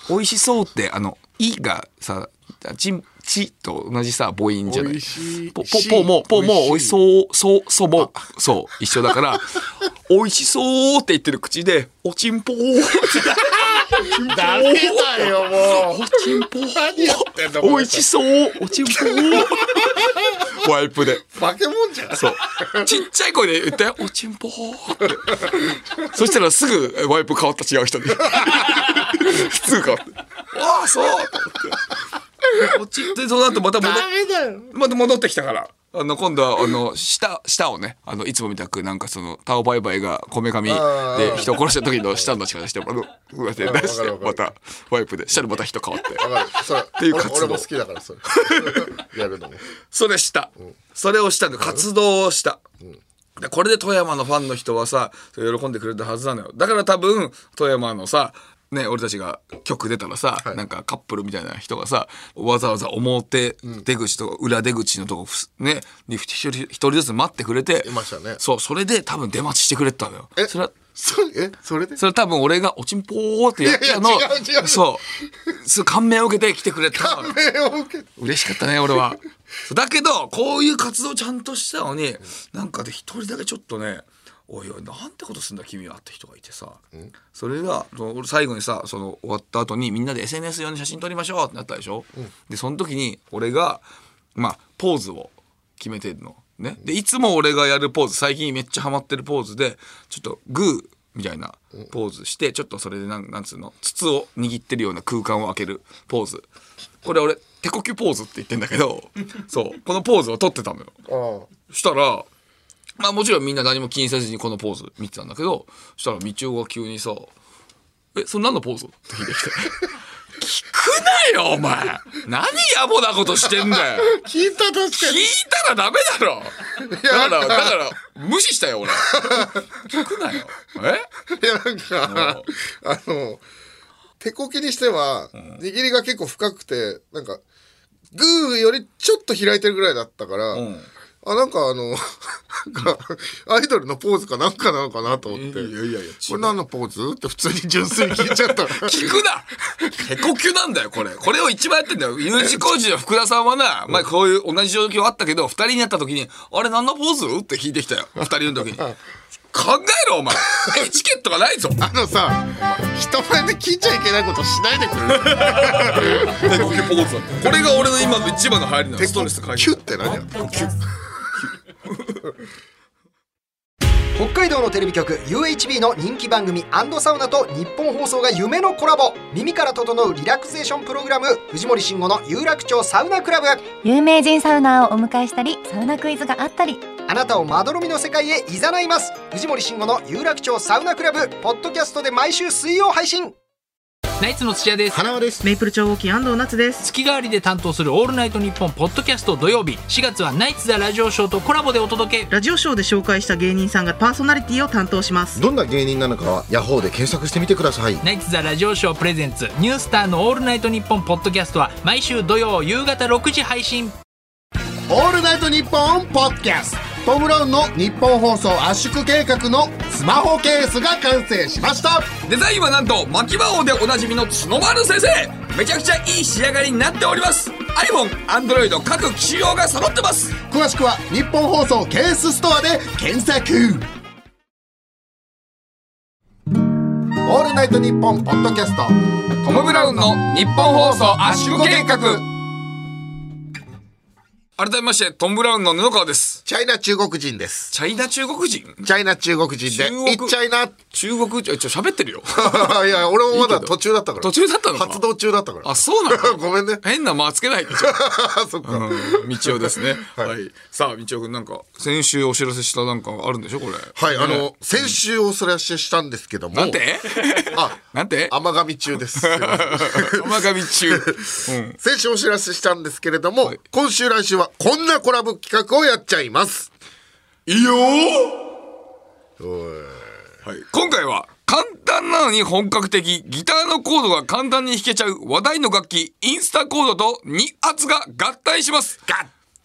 美味しそうってあのいがさちんちと同じさ母音じゃない。 美味しいポポポもポも美味しそうそうそうもそう一緒だから美味しそうって言ってる口でおちんぽーダメだよもうおちんぽー何やってんの美味しそうおちんぽーワイプで化け物じゃん。 そうちっちゃい声で言っておちんぽーってそしたらすぐワイプ変わった違う人に普通変わってああそうと思っておちってその後また戻っダメだよ。 また戻ってきたからあの今度はあの舌舌をねあのいつもみたくなんかそのタオバイバイがこめかみで人を殺した時の舌の力してもらうこうやって出してまたワイプでしたらまた人変わってわかる。それていう活動俺俺も好きだからそれやるのも。 それした、うん、それをしたんで活動をした、うんでこれで富山のファンの人はさ喜んでくれたはずなのよ。だから多分富山のさね、俺たちが曲出たらさ、はい、なんかカップルみたいな人がさわざわざ表出口と裏出口のとこねに一人一人ずつ待ってくれていましたね。 そうそれで多分出待ちしてくれてたのよ。 えそれはそえそれでそれ多分俺がおちんぽーってやったのいやいや違う違うそうそう感銘を受けて来てくれた感銘を受けて嬉しかったね俺はだけどこういう活動ちゃんとしたのになんかで一人だけちょっとねおいおいなんてことすんだ君はって人がいてさ、うん、それが俺最後にさその終わった後にみんなで エスエヌエス 用に写真撮りましょうってなったでしょ、うん、でその時に俺がまあポーズを決めてるのね、でいつも俺がやるポーズ最近めっちゃハマってるポーズでちょっとグーみたいなポーズしてちょっとそれでなんなんつうの筒を握ってるような空間を開けるポーズこれ俺手呼吸ポーズって言ってんだけどそうこのポーズを撮ってたのよ。したらまあもちろんみんな何も気にせずにこのポーズ見てたんだけどそしたらみちおが急にさ「えそれ何のポーズ?」って聞いてきて聞くなよお前何野暮なことしてんだよ聞いた確かに聞いたらダメだろだからだから無視したよ俺聞くなよえいやなんかあの手こきにしては握りが結構深くてなんかグーよりちょっと開いてるぐらいだったから、うんあなんかあのアイドルのポーズかなんかなのかなと思って、いやいやいやこれ何のポーズって普通に純粋に聞いちゃった聞くな手こきなんだよこれこれを一番やってんだよ U 字工事の福田さんはな、まあ、こういう同じ状況あったけどふたりになった時にあれ何のポーズって聞いてきたよふたりの時に考えろお前エチケットがないぞあのさ人前で聞いちゃいけないことしないでくれ手こきポーズだこれが俺の今の一番の流行りなのストレス解消キュッて何やキュッ北海道のテレビ局 ユーエイチビー の人気番組&サウナと日本放送が夢のコラボ耳から整うリラクゼーションプログラム藤森慎吾の有楽町サウナクラブ有名人サウナーをお迎えしたりサウナクイズがあったりあなたをまどろみの世界へ誘います藤森慎吾の有楽町サウナクラブポッドキャストで毎週水曜配信ナイツの土屋です。 花輪です。 メイプル超合金安藤夏です。月替わりで担当するオールナイトニッポンポッドキャスト土曜日しがつはナイツザラジオショーとコラボでお届け。 ラジオショーで紹介した芸人さんがパーソナリティを担当します。 どんな芸人なのかはヤホーで検索してみてください。 ナイツザラジオショープレゼンツニュースターのオールナイトニッポンポッドキャストは毎週土曜夕方ろくじ配信。 オールナイトニッポンポッドキャストトム・ブラウンの日本放送圧縮計画のスマホケースが完成しました。 デザインはなんと牧場王でおなじみの角丸先生。めちゃくちゃいい仕上がりになっております。 iPhone、Android 各機種用が揃ってます。 詳しくは日本放送ケースストアで検索。オールナイトニッポンポッドキャストトム・ブラウンの日本放送圧縮計画。改めましてトム・ブラウンの布川です。 チャイナ中国人です。 チャイナ中国人チャイナ中国人でいっちゃいな中国人ちょ喋ってるよいや俺もまだ途中だったから途中だったのか発動中だったから。 あそうなのごめんね変な間つけないでそっか、 うん、道夫ですねはい、はい、さあ道夫君なんか先週お知らせしたなんかあるんでしょこれ。 はい、ね、あの先週お知らせしたんですけどもなんてあなんて甘噛み中です甘噛み中、うん、 先週お知らせしたんですけれども、はい、今週来週はこんなコラボ企画をやっちゃいます。 いいよー、はい、今回は簡単なのに本格的ギターのコードが簡単に弾けちゃう話題の楽器インスタコードとに発が合体します。合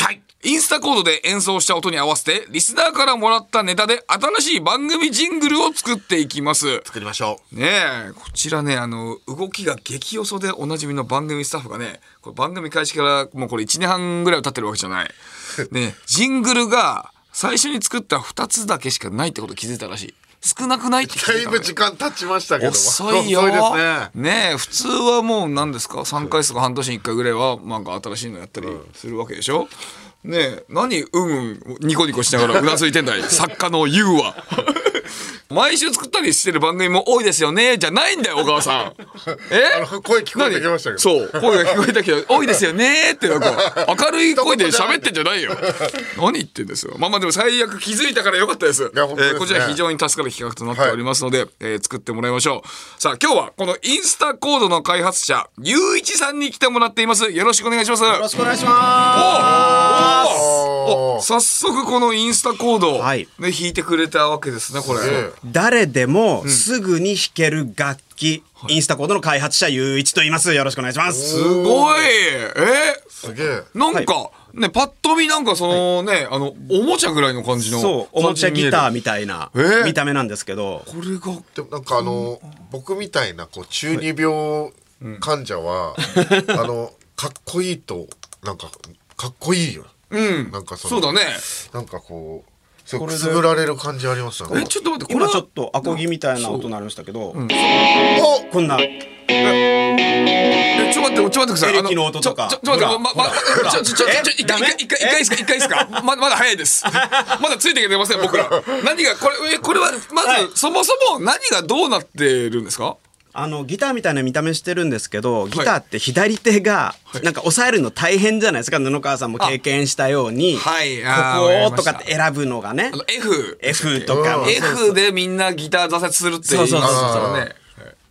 はい、 インスタコードで演奏した音に合わせてリスナーからもらったネタで新しい番組ジングルを作っていきます。 作りましょうねえ。こちらね、あの動きが激よそでおなじみの番組スタッフがね、これ番組開始からもうこれいちねんはんぐらい経ってるわけじゃないね。ジングルが最初に作ったふたつだけしかないってこと気づいたらしい。少なくないって聞いた、ね、 だいぶ時間経ちましたけど遅いよ。 遅いですね。 ねえ、普通はもう何ですか、さんかいとか半年にいっかいぐらいはなんか新しいのやったりするわけでしょ。ねえ、何うんうんニコニコしながらうなずいてんだい作家のユウは毎週作ったりしてる番組も多いですよねじゃないんだよ小川さん。えあの声聞こえてきましたけど。 そう声が聞こえたけど多いですよねってなんか明るい声で喋ってんじゃないよ何言ってんですよ。まあまあでも最悪気づいたからよかったです。 いや本当ですね。 えー、こちら非常に助かる企画となっておりますので、はい、えー、作ってもらいましょう。さあ今日はこのインスタコードの開発者ゆういちさんに来てもらっています。よろしくお願いします。よろしくお願いします。 おお早速このインスタコード、 はい、 ね、弾いてくれたわけですね。これ誰でもすぐに弾ける楽器、うん、インスタコードの開発者ゆういちと言います。よろしくお願いします。 すごい。えー、 すげえ。 なんか、はい、ね、パッと見なんかそのね、はい、あのおもちゃぐらいの感じの、 そうおもちゃギターみたいな見た目なんですけど、 これがでもなんかあの僕みたいなこう中二病患者は、うん、あのかっこいいとなんかかっこいいよ。 うん、 なんかそそうだね。 なんかこうそうくすぐられる感じありますよね。 えちょっと待って、 今ちょっとアコギみたいな音になりましたけど、うん、 おこんなえちょっと待ってちょっと待ってください。 エレキの音とかちょちょっと待ってままちょちょちょちょ一回一回一回いいですか一回いいですかままだ早いです。まだついていけてません僕ら。何がこれこれはまず、はい、そもそも何がどうなってるんですか。 あのギターみたいな見た目してるんですけど、ギターって左手がなんか押さえるの大変じゃないですか。布川さんも経験したように、 はい、 こことかって選ぶのがね、 あの F F とか、 うん、F でみんなギター挫折するって言いますからね。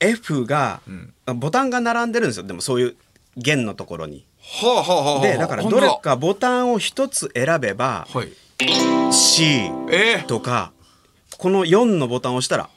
F が、うん、ボタンが並んでるんですよ。でもそういう弦のところに、 はあはあはあ、 でだからどれかボタンを一つ選べば、はい、C とか、えー、このよんのボタンを押したら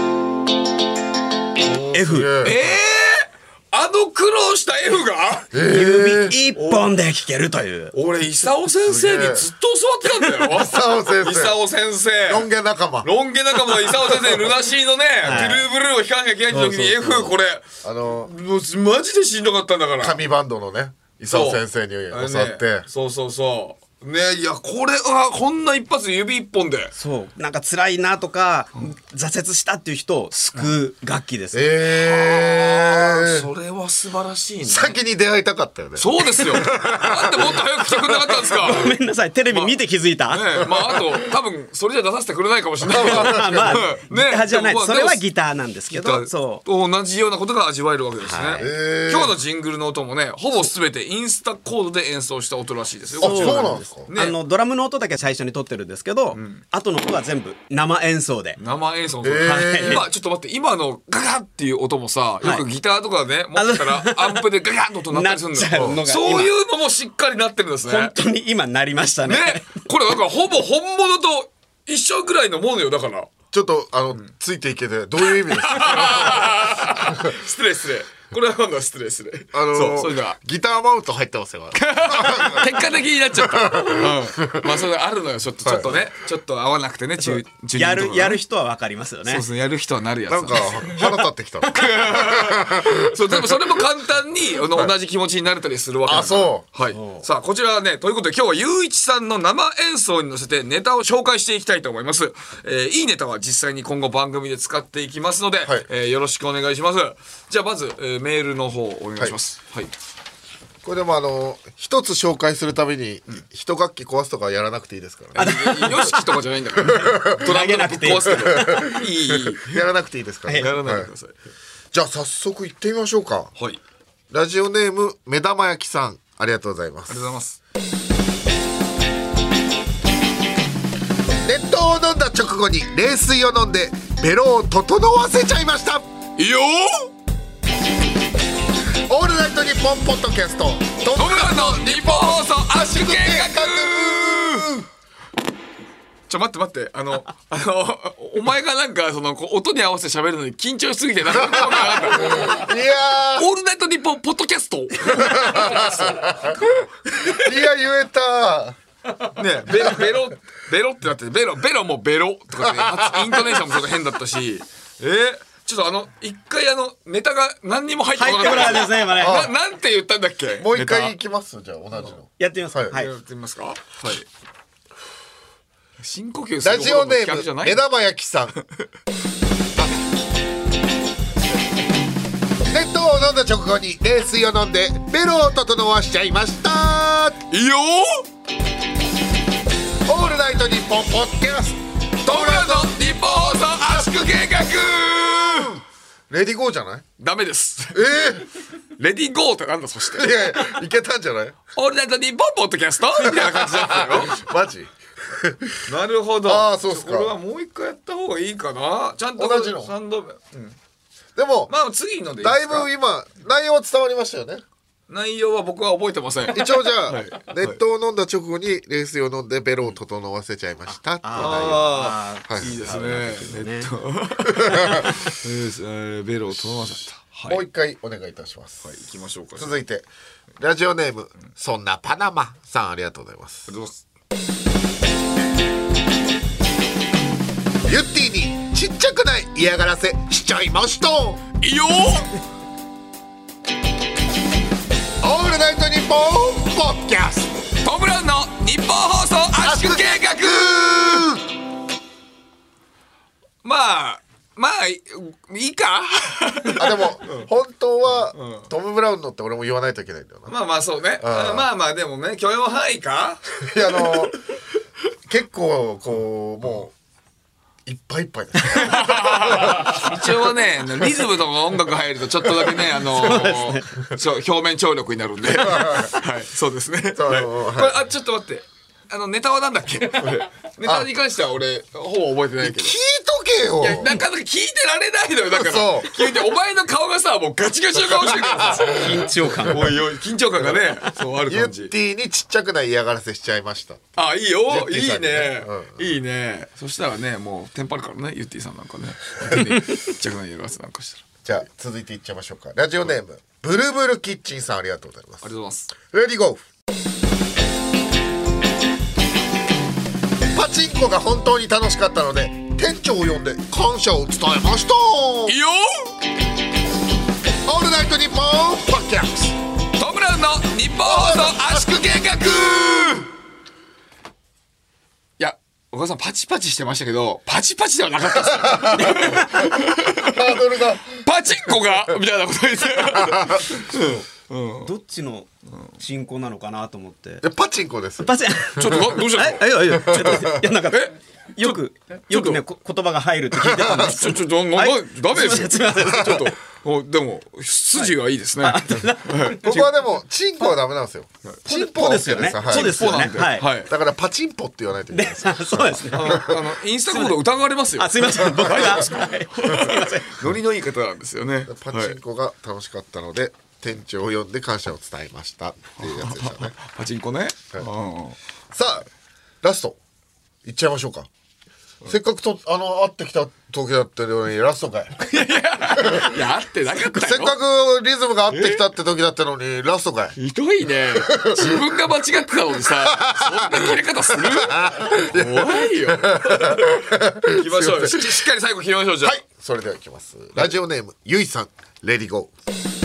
F。 えー、あの苦労した F が、 えー、指一本で弾けるという。 俺功先生にずっと教わってたんだよ。功先生功先生ロン毛仲間ロン毛仲間の功先生ルナシーのね、はい、トゥルーブルーを弾かなきゃいけない時に F これあのマジでしんどかったんだから。 紙バンドのね功先生に教わって、 そうそうそうね。いやこれはこんな一発指一本で、 そうなんか辛いなとか、うん、挫折したっていう人を救う楽器です。 えー、それは素晴らしいね。 先に出会いたかったよね。 そうですよ。なんでもっと早く来てくれなかったんですか。 ごめんなさい、テレビ見て気づいた。 まあ、ね、まああと多分それじゃ出させてくれないかもしれないけどまあまあね、ギターじゃない、それはギターなんですけど、 そう同じようなことが味わえるわけですね。はい、今日のジングルの音もね、ほぼ全てインスタコードで演奏した音らしいですよ。 あ、そうなんですか。 ね、あのドラムの音だけ最初に撮ってるんですけど、うん、後の音は全部生演奏で。 生演奏の音、えー、今ちょっと待って、今のガガッっていう音もさ、よくギターとかね、持ってたらアンプでガガッの音鳴ったりするんだよ。そういうのもしっかりなってるんですね。 本当に今鳴りましたね。 ね、これだからほぼ本物と一緒ぐらいのものよ。だからちょっとあの、うん、ついていけてどういう意味ですか。 失礼失礼。これは今度は失礼失礼。 あのー、そうそれではギターマウント入ってますよ。 結果的になっちゃった。うん、まあそれあるのよ。ちょっとちょっとね、ちょっと合わなくてね。中中やるやる人はわかりますよね。 そうですね。やる人はなるやつ。 なんか腹立ってきた。 そうでもそれも簡単にあの同じ気持ちになれたりするわけなんで。 あ、そう。 はい。さあこちらはね、ということで今日はゆういちさんの生演奏に乗せてネタを紹介していきたいと思います。えー、いいネタは実際に今後番組で使っていきますので、はい、えー、よろしくお願いします。じゃあまず、えー、メールの方お願いします。はい。はい、 これでもあの一つ紹介するために一楽器壊すとかやらなくていいですからね。 ヨシキとかじゃないんだから。ドラム壊すけど。いいいい。 やらなくていいですからね。 やらないでください。はい、 じゃあ早速行ってみましょうか。 はい。 ラジオネーム目玉焼きさん、ありがとうございます。 ありがとうございます。 熱湯を飲んだ直後に冷水を飲んでベロを整わせちゃいました。 いいよー。オールナイトニッポンポッドキャストトムラの日本放送圧縮計画。 ちちょ待って待ってあのあのお前がなんかそのこう音に合わせて喋るのに緊張しすぎてなんか分かんなかったいやオールナイトニッポンポッドキャストいや言えたねベロベロベロってなってベロベロもベロとかね発イントネーションもちょっと変だったしえー、ちょっとあの一回あのネタが何にも入ってこなかった入ってこないですね今ねななんて言ったんだっけもう一回いきますじゃあ同じのやってみますはい、 はい、 やってみますかはい深呼吸するラジオネほどの企画じゃないーム目玉焼きさん熱湯を飲んだ直後に冷水を飲んでベロを整わしちゃいましたいいよオールナイトニッポンポッドキャストトムラの日本放送圧縮計画レディゴーじゃないダメですえレディゴーってなんだそしてー、いやいやいけたんじゃないオールナイトニッポンポッドキャストみたいな感じだったよマジなるほどああそうっすかこれはもう一回やった方がいいかなちゃんと同じのさんどめ、うん、 でも、 まあ次のでいいだいですかぶ今内容は伝わりましたよね内容は僕は覚えてません一応じゃあ、 はい熱湯を飲んだ直後に冷水を飲んでベロを整わせちゃいましたっていう内容ああ、 はいいいですねネットえーベロを整わせたはいもう一回お願いいたします、 はい行きましょうか続いてラジオネームそんなパナマさんありがとうございますありがとうございますユッティにちっちゃくない嫌がらせしちゃいましたいいよオールナイトニッポンポッドキャストトムランの日本放送圧縮計画まあまあいいいかあでも、うん、本当は、うん、トム・ブラウンのって俺も言わないといけないんだよなまあまあそうねまあまあでもね許容範囲かいやあの結構こうもういっぱいいっぱいです一応はねリズムとか音楽入るとちょっとだけねあのーそう表面張力になるんではいそうですねこれあちょっと待ってあのネタはなんだっけネタに関しては俺ほぼ覚えてないけど聞いとけよいやなかなか聞いてられないのよだから聞いてお前の顔がさもうガチガチの顔してるからさ緊張感おいおい緊張感がねそうある感じユッティにちっちゃくない嫌がらせしちゃいましたあいいよいいねね、 うん、 いいねそしたらねもうテンパるからねユッティさんなんかねちっちゃくない嫌がらせなんかしたらじゃあ続いていっちゃいましょうかラジオネームブルブルキッチンさんありがとうございますありがとうございますレディゴーパチンコが本当に楽しかったので店長を呼んで感謝を伝えましたいいよオールナイトニッポンポッドキャストムラウンの日本放送圧縮計画いやお母さんパチパチしてましたけどパチパチではなかったですよハードルがパチンコがみたいなこと言ってうん、どっちの進行なのかなと思ってパチンコですパチンちょっとどうしたのえいやいやちょっといやなんかよくよくね言葉が入るって聞いてたんですちょちょちょダメですよちょっとでも筋がいいですね僕はでもチンコはダメなんですよチンポですよねそうですよねはいだからパチンポって言わないといけないそうですねあのインスタコード疑われますよあすいません僕がすいませんノリのいい方なんですよねパチンコが楽しかったので店長を呼んで感謝を伝えましたっていうやつでしたねパチンコね、はい、 さあラストいっちゃいましょうか、うん、せっかくとあの会ってきた時だったのにラストかいいやいや会ってなかったよせっかくリズムが合ってきたって時だったのにラストかいひどいね自分が間違ってたのにさそんな切れ方する怖いよ行きましょうよしっかり最後切りましょうじゃあはいそれではいきますラジオネームゆいさんレディゴー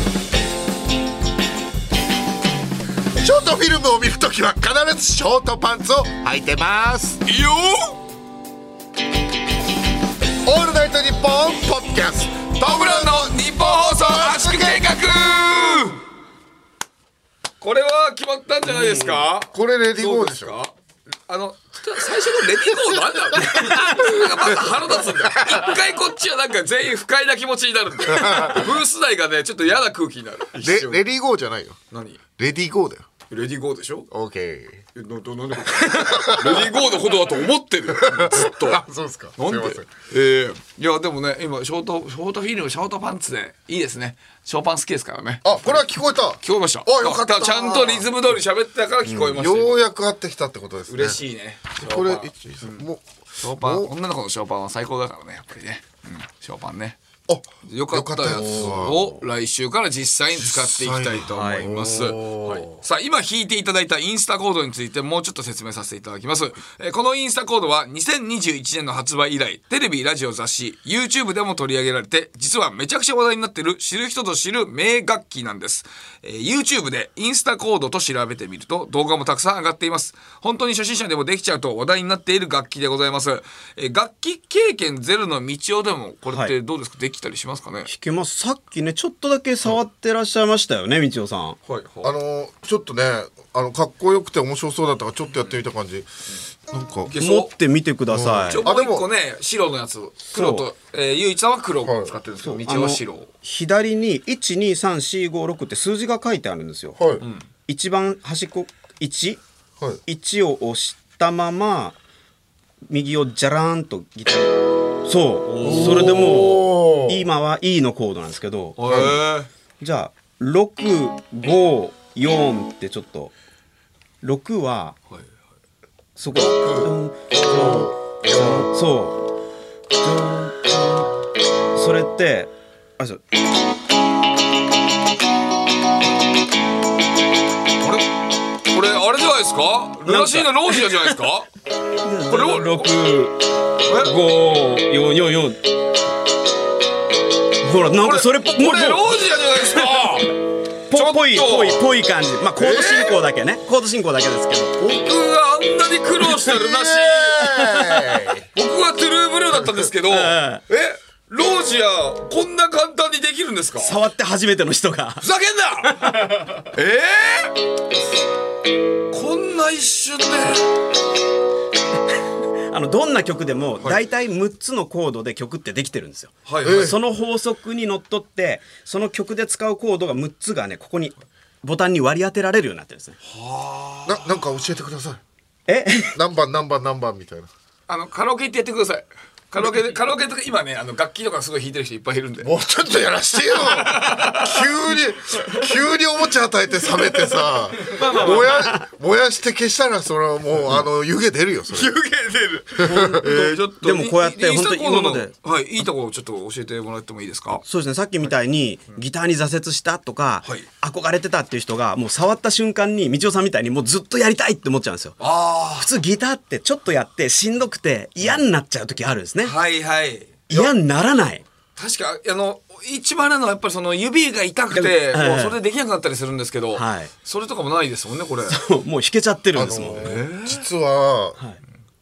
ショートフィルムを見るときは必ずショートパンツを履いてますいいよオールナイトニッポンポッドキャストトムラウンの日本放送圧縮計画これは決まったんじゃないですかこれレディゴーでしょあの最初のレディゴーなんだろうそれがまた腹立つんだよ一回こっちはなんか全員不快な気持ちになるんだよブース内がねちょっと嫌な空気になるレレディゴーじゃないよ何レディゴーだよレディーゴーでしょ。 オーケー。 えなななんでレディーゴーのことだと思ってるずっと。 あ、そうですか。 なんで。えー、いやでもね今ショートショートフィルムショートパンツでいいですね。ショーパン好きですからね。 あ、これは聞こえた。 聞こえました。 あ、よかった。 ちゃんとリズム通り喋ってたから聞こえました、 うん、ようやく合ってきたってことですね。 嬉しいね。 これ、うん、 もうショーパン女の子のショーパンは最高だからねやっぱりね。うん、ショーパンね。よかったやつを来週から実際に使っていきたいと思います、はい、さあ今引いていただいたインスタコードについてもうちょっと説明させていただきます。えー、このインスタコードはにせんにじゅういちねんの発売以来テレビ、ラジオ、雑誌、 YouTube でも取り上げられて実はめちゃくちゃ話題になっている知る人ぞ知る名楽器なんです。えー、YouTube でインスタコードと調べてみると動画もたくさん上がっています。本当に初心者でもできちゃうと話題になっている楽器でございます。えー、楽器経験ゼロの道夫でもこれってどうですか、はい、できたりしますかね。 弾けます。さっきねちょっとだけ触ってらっしゃいましたよね、みちおさん。はいはい、 あのちょっとねあのかっこよくて面白そうだったからちょっとやってみた感じ。なんか持ってみてください。 うん、もう一個ね白のやつ黒と、えー、ゆういちさんは黒を使ってるんですけど、はい、道は白。 左にいちにさんしごろくって数字が書いてあるんですよ。はい、一番端っこいち、はい、いちを押したまま右をジャラーンとギター。そうそれでもう今は E のコードなんですけど、じゃあろくごよんってちょっとろくはそこそうそれってあれですよ。 あれこれあれじゃないですか。ルナシーナロージアじゃないですか。これろくごよんよんよんほらなんかそれっぽい。 これロージアじゃないですか。 ぽぽいぽいぽい感じ。まあコード進行だけね、えー、コード進行だけですけど僕があんなに苦労したルナシー僕はトゥルーブルーだったんですけどえロージアこんな簡単にできるんですか。 触って初めての人がふざけんなえー、こんな一瞬であのどんな曲でも大体むっつのコードで曲ってできてるんですよ、はいはい、その法則にのっとってその曲で使うコードがむっつがねここにボタンに割り当てられるようになってるんですね。 はな, なんか教えてください。 え何番何番何番みたいな。 あのカラオケ行ってやってください。カラオケでカラオケとか今ねあの楽器とかすごい弾いてる人いっぱいいるんでもうちょっとやらしてよ急に急におもちゃ与えて冷めてさまあまあ、まあ、燃や燃やして消したらそれはもう、うん、あの湯気出るよそれ湯気出るえー、ちょっとでもこうやって本当に今まではいいいところちょっと教えてもらってもいいですか。 そうですねさっきみたいにギターに挫折したとか、はい、憧れてたっていう人がもう触った瞬間に道夫さんみたいにもうずっとやりたいって思っちゃうんですよ。あ普通ギターってちょっとやってしんどくて嫌になっちゃう時あるんですね。 はいはい嫌にならない。 確かあの一番なのはやっぱりその指が痛くて、はい、もうそれでできなくなったりするんですけど、はい、それとかもないですもんねこれ。 そうもう弾けちゃってるんですもん、 ねえー、実は、はい、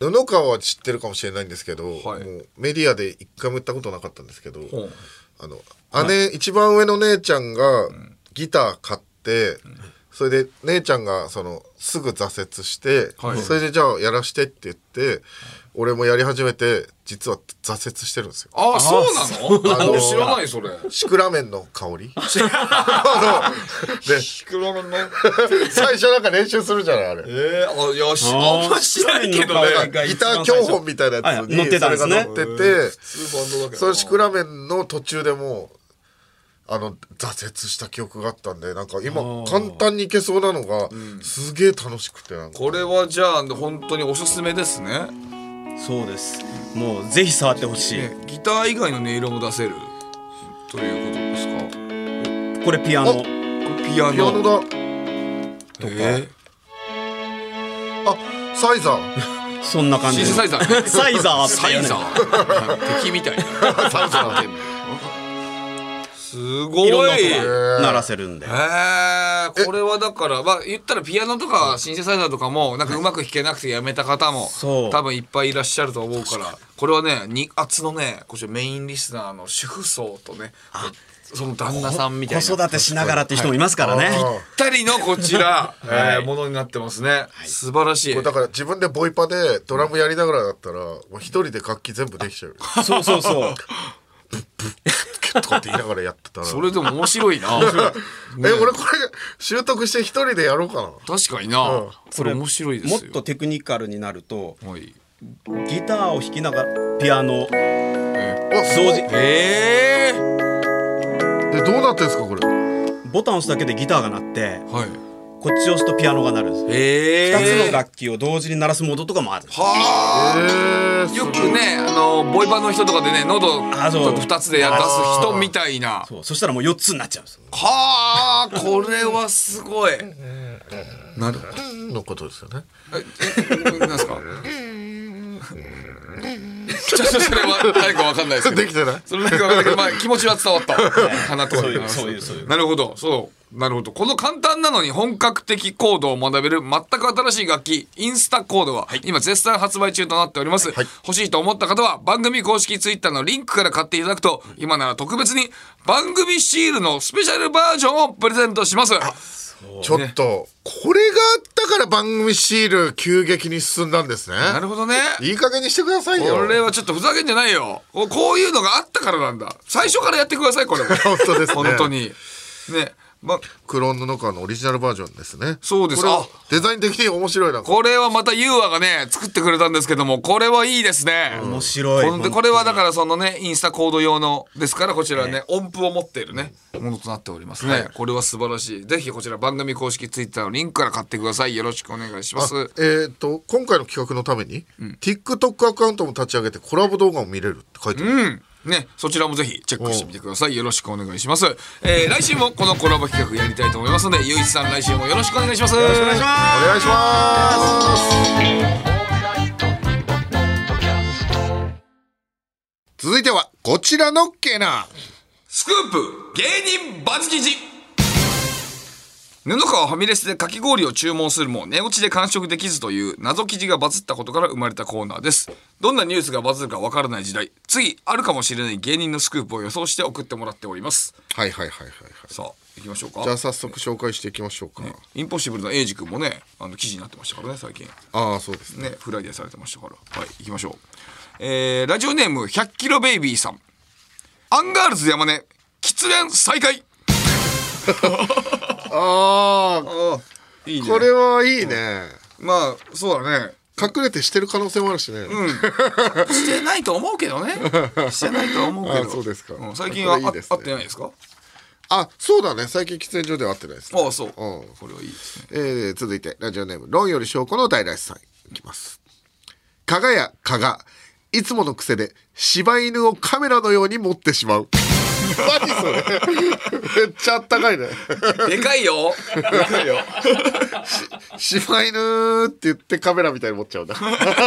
布川は知ってるかもしれないんですけど、はい、もうメディアで一回も言ったことなかったんですけど、あの姉、はい、一番上の姉ちゃんがギター買って、うん、それで姉ちゃんがそのすぐ挫折して、はい、それでじゃあやらしてって言って、俺もやり始めて実は挫折してるんですよ。 ああそうなの？あの知らないそれ。 シクラメンの香り。あのでシクラメンの最初なんか練習するじゃないあれ。 えー、あよしあんま知らないけどね。 ギター教本みたいなやつにそれが載ってて、そのシクラメンの途中でもうあの挫折した記憶があったんでなんか今簡単にいけそうなのがすげえ楽しくてなんかこれはじゃあ本当におすすめですね。 そうですもうぜひ触ってほしい、ね、 ギター以外の音色も出せるということですか。 これピアノ。 これピアノピアノだとか、 えー、あサイザーそんな感じ。 シンセサイザーサイザーサイザー敵みたいなサイザーすごいいろんな音鳴らせるんで。へーこれはだからまあ言ったらピアノとかシンセサイザーとかもなんかうまく弾けなくてやめた方も多分いっぱいいらっしゃると思うからこれはねに圧のねこちらメインリスナーの主婦層とねその旦那さんみたいな子育てしながらっていう人もいますからね、はい、 ぴったりのこちら、はいえー、ものになってますね、はい、素晴らしい。 これだから自分でボイパでドラムやりながらだったらもう一人で楽器全部できちゃう。 そうそうそうとかって言いながらやってたらそれでも面白いなえ俺これ習得して一人でやろうかな。 確かにな、うん、それ面白いですよ。 もっとテクニカルになると、 はい、 ギターを弾きながらピアノ、 え同時えー、でどうなってんですかこれ。 ボタン押すだけでギターが鳴って、 はい、 こっち押すとピアノが鳴るんです。 えー、 ふたつの楽器を同時に鳴らすモードとかもある。 はあ、えー、よくねあのボイパの人とかでね喉ふたつでや出す人みたいな。 そう、そしたらもうよっつになっちゃうんです。 はあこれはすごいなるのことですよね。 えなんですかちょっとそれは何か分かんないですけどできてない。 それ何か分かんないけど、まあ、気持ちは伝わったかなと。 そういうそういうそういう。 なるほど、そうなるほど。この簡単なのに本格的コードを学べる全く新しい楽器インスタコードは今絶賛発売中となっております、はい、欲しいと思った方は番組公式ツイッターのリンクから買っていただくと今なら特別に番組シールのスペシャルバージョンをプレゼントします。 ちょっとこれがあったから番組シール急激に進んだんですね。 なるほどね。 いい加減にしてくださいよ。 これはちょっとふざけんじゃないよ。こういうのがあったからなんだ。最初からやってくださいこれ。 本当ですね。 本当にね。ま、 クローン布川のオリジナルバージョンですね。 そうです。あ、 デザイン的に面白いな。 これはまたユーアがね作ってくれたんですけども、これはいいですね。 面白い。 こ, これはだからそのねインスタコード用のですから、こちらはね音符を持っているねものとなっておりますね、はい、これは素晴らしい。ぜひこちら番組公式ツイッターのリンクから買ってください。よろしくお願いします。 えー、と今回の企画のために、うん、TikTok アカウントも立ち上げてコラボ動画を見れるって書いてある、 うんね、そちらもぜひチェックしてみてください。よろしくお願いします、えー、来週もこのコラボ企画やりたいと思いますので、ゆういちさん来週もよろしくお願いします。 よろしくお願いします。 お願いします。続いてはこちらのケナスクープ芸人バズ記事。布川ファミレスでかき氷を注文するも値落ちで完食できずという謎記事がバズったことから生まれたコーナーです。どんなニュースがバズるかわからない時代、次あるかもしれない芸人のスクープを予想して送ってもらっております。 はいはいはいはい、はい、 さあ行きましょうか。 じゃあ早速紹介していきましょうか、ね、 インポッシブルのエイジ君もねあの記事になってましたからね最近。 ああそうです ね, ねフライデーされてましたから。はい行きましょう。えー、ラジオネームひゃっキロベイビーさん。アンガールズ山根喫煙再開ああいいね、これはいいね、 うん、まあそうだね。 隠れてしてる可能性もあるしね、 うん、してないと思うけどねしてないと思うけど。 あそうですか、うん、 最近はいいです、ね、会ってないですか。 あそうだね最近喫煙所では会ってないですね。 ああそう、うん、これはいいですね。 えー、続いてラジオネーム論より証拠の大来さんいきます。かがやかがいつもの癖で柴犬をカメラのように持ってしまう何それめっちゃあったかいね。 でかいよでかいよ柴犬って言ってカメラみたいに持っちゃうんだ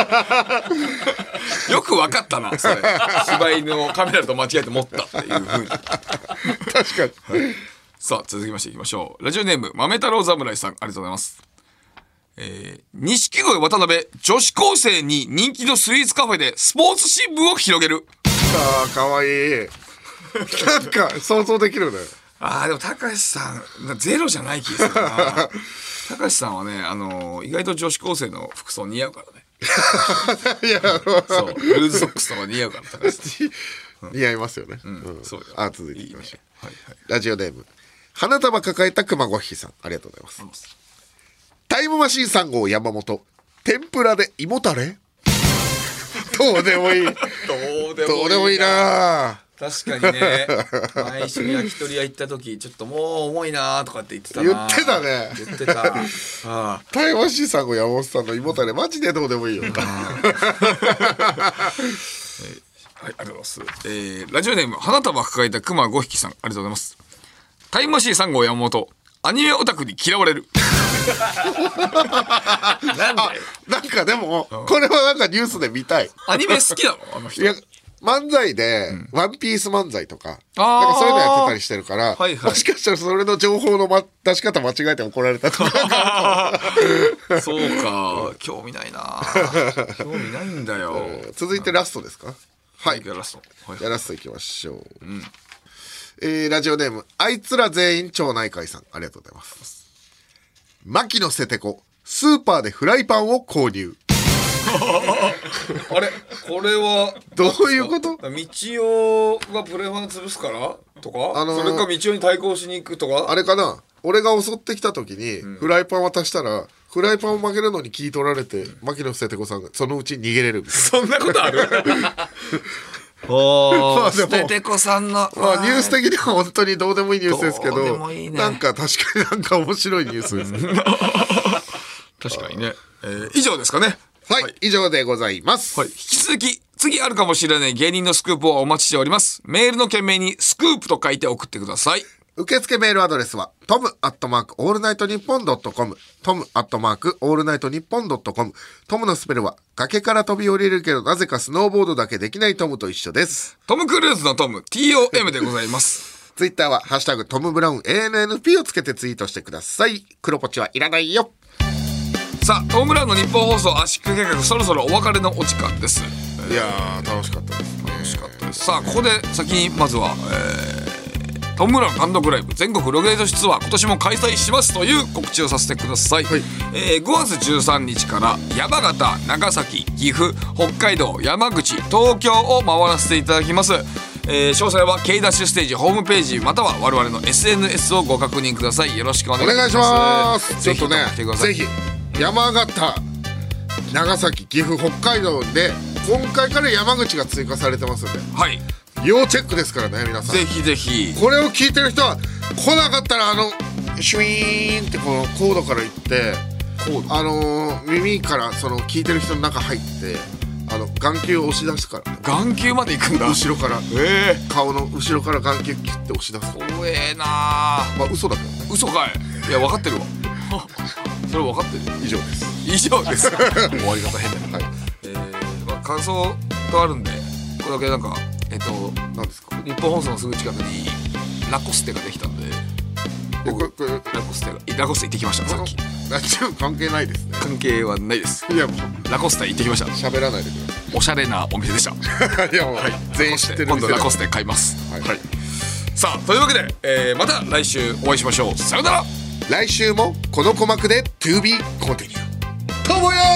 よくわかったなそれ。柴犬をカメラと間違えて持ったっていう風に確かにさあ続きましていきましょう。ラジオネーム豆太郎侍さんありがとうございます。えー、錦鯉渡辺女子高生に人気のスイーツカフェでスポーツ新聞を広げる。 あーかわいいなんか想像できるね。 あーでも高橋さんゼロじゃない気がするな高橋さんはね、あのー、意外と女子高生の服装似合うからねいやそうルーズソックスとか似合うから高橋さん似合いますよね、うんうん、そうよ。あ続いていきましょう。いいね、はいはい、ラジオネーム花束抱えた熊ごひさんありがとうございます。タイムマシーンさん号山本天ぷらで胃もたれどうでもいいどうでもいいどうでもいいな。 確かにね前一緒に焼き鳥屋行った時ちょっともう重いなとかって言ってたな。 言ってたね言ってたああタイムマシーンさん号山本さんの胃もたれマジでどうでもいいよはい、 ありがとうございます。えー、ラジオネーム花束抱えた熊ごひきさんありがとうございます。タイムマシーンさん号山本アニメオタクに嫌われるなんでなんかでも、うん、これはなんかニュースで見たい。 アニメ好きなのあの人。 いや漫才で、うん、ワンピース漫才とかなんかそういうのやってたりしてるから、はいはい、もしかしたらそれの情報の、ま、出し方間違えて怒られたとかそうか興味ないな興味ないんだよ、 えー、続いてラストですか。はい、 ラスト、はいはい、 じゃあラストいきましょう、うんえー、ラジオネームあいつら全員町内会さんありがとうございます。牧野捨て子スーパーでフライパンを購入あれこれはどういうこと？ 道夫がプレファン潰すからとか、 あのー、 それか道夫に対抗しに行くとか、 あれかな、俺が襲ってきた時にフライパン渡したら、フライパンを曲げるのに聞い取られて牧野捨て子さんがそのうち逃げれるみたいな。 そんなことある？おまあ捨ててこさんの、 まあ、ニュース的には本当にどうでもいいニュースですけど、 どうでもいいね、 なんか確かになんか面白いニュースですね。 確かにね、えー、以上ですかね。 はい、はい、以上でございます、 はい、引き続き次あるかもしれない芸人のスクープをお待ちしております。メールの件名にスクープと書いて送ってください。 受付メールアドレスはトムアットマークオールナイトニッポンドットコム、トムアットマークオールナイトニッポンドットコム。トムのスペルは崖から飛び降りるけどなぜかスノーボードだけできないトムと一緒です。 トム・クルーズのトム ティーオーエム でございます。 ツイッターはハッシュタグトムブラウン エーエヌエヌピー をつけてツイートしてください。黒ポチはいらないよ。 さあトム・ブラウンの日本放送圧縮計画、そろそろお別れのお時間です。 いやー楽しかったですね。 楽しかったです。さあここで先にまずは、えー、トム・ブラウン単独ライブ全国ロケートツアー今年も開催しますという告知をさせてください、はい。えー、ごがつじゅうさんにちから山形、長崎、岐阜、北海道、山口、東京を回らせていただきます。えー、詳細は K ダッシュステージホームページまたは我々の エスエヌエス をご確認ください。よろしくお願いします。 お願いします。ちょっとね、ぜひ山形、長崎、岐阜、北海道で今回から山口が追加されてますんで、 はい、 要チェックですからね皆さん。 ぜひぜひこれを聞いてる人は来なかったらあのシュイーンってこのコードから行ってあのー、耳からその聞いてる人の中入ってあの眼球を押し出すから、ね、 眼球まで行くんだ。 後ろから、 えー、 顔の後ろから眼球切って押し出す。 怖えな。 まあ嘘だけどね。 嘘かい。いや分かってるわそれ分かってる。 以上です以上です終わり方変だね。はい、えーまあ、感想とあるんでこれだけなんかえっと何ですか。 日本放送のすぐ近くにラコステができたんで僕ラコステがラコステ行ってきました。さっきラジオ関係ないですね。 関係はないです。 いやもうラコステ行ってきました。 喋らないでください。 おしゃれなお店でしたいやもう、はい、全員知ってる店。 今度ラコステ買います、はいはい、さあというわけで、えー、また来週お会いしましょう。さよなら。 来週もこの鼓膜で To be continued。ともや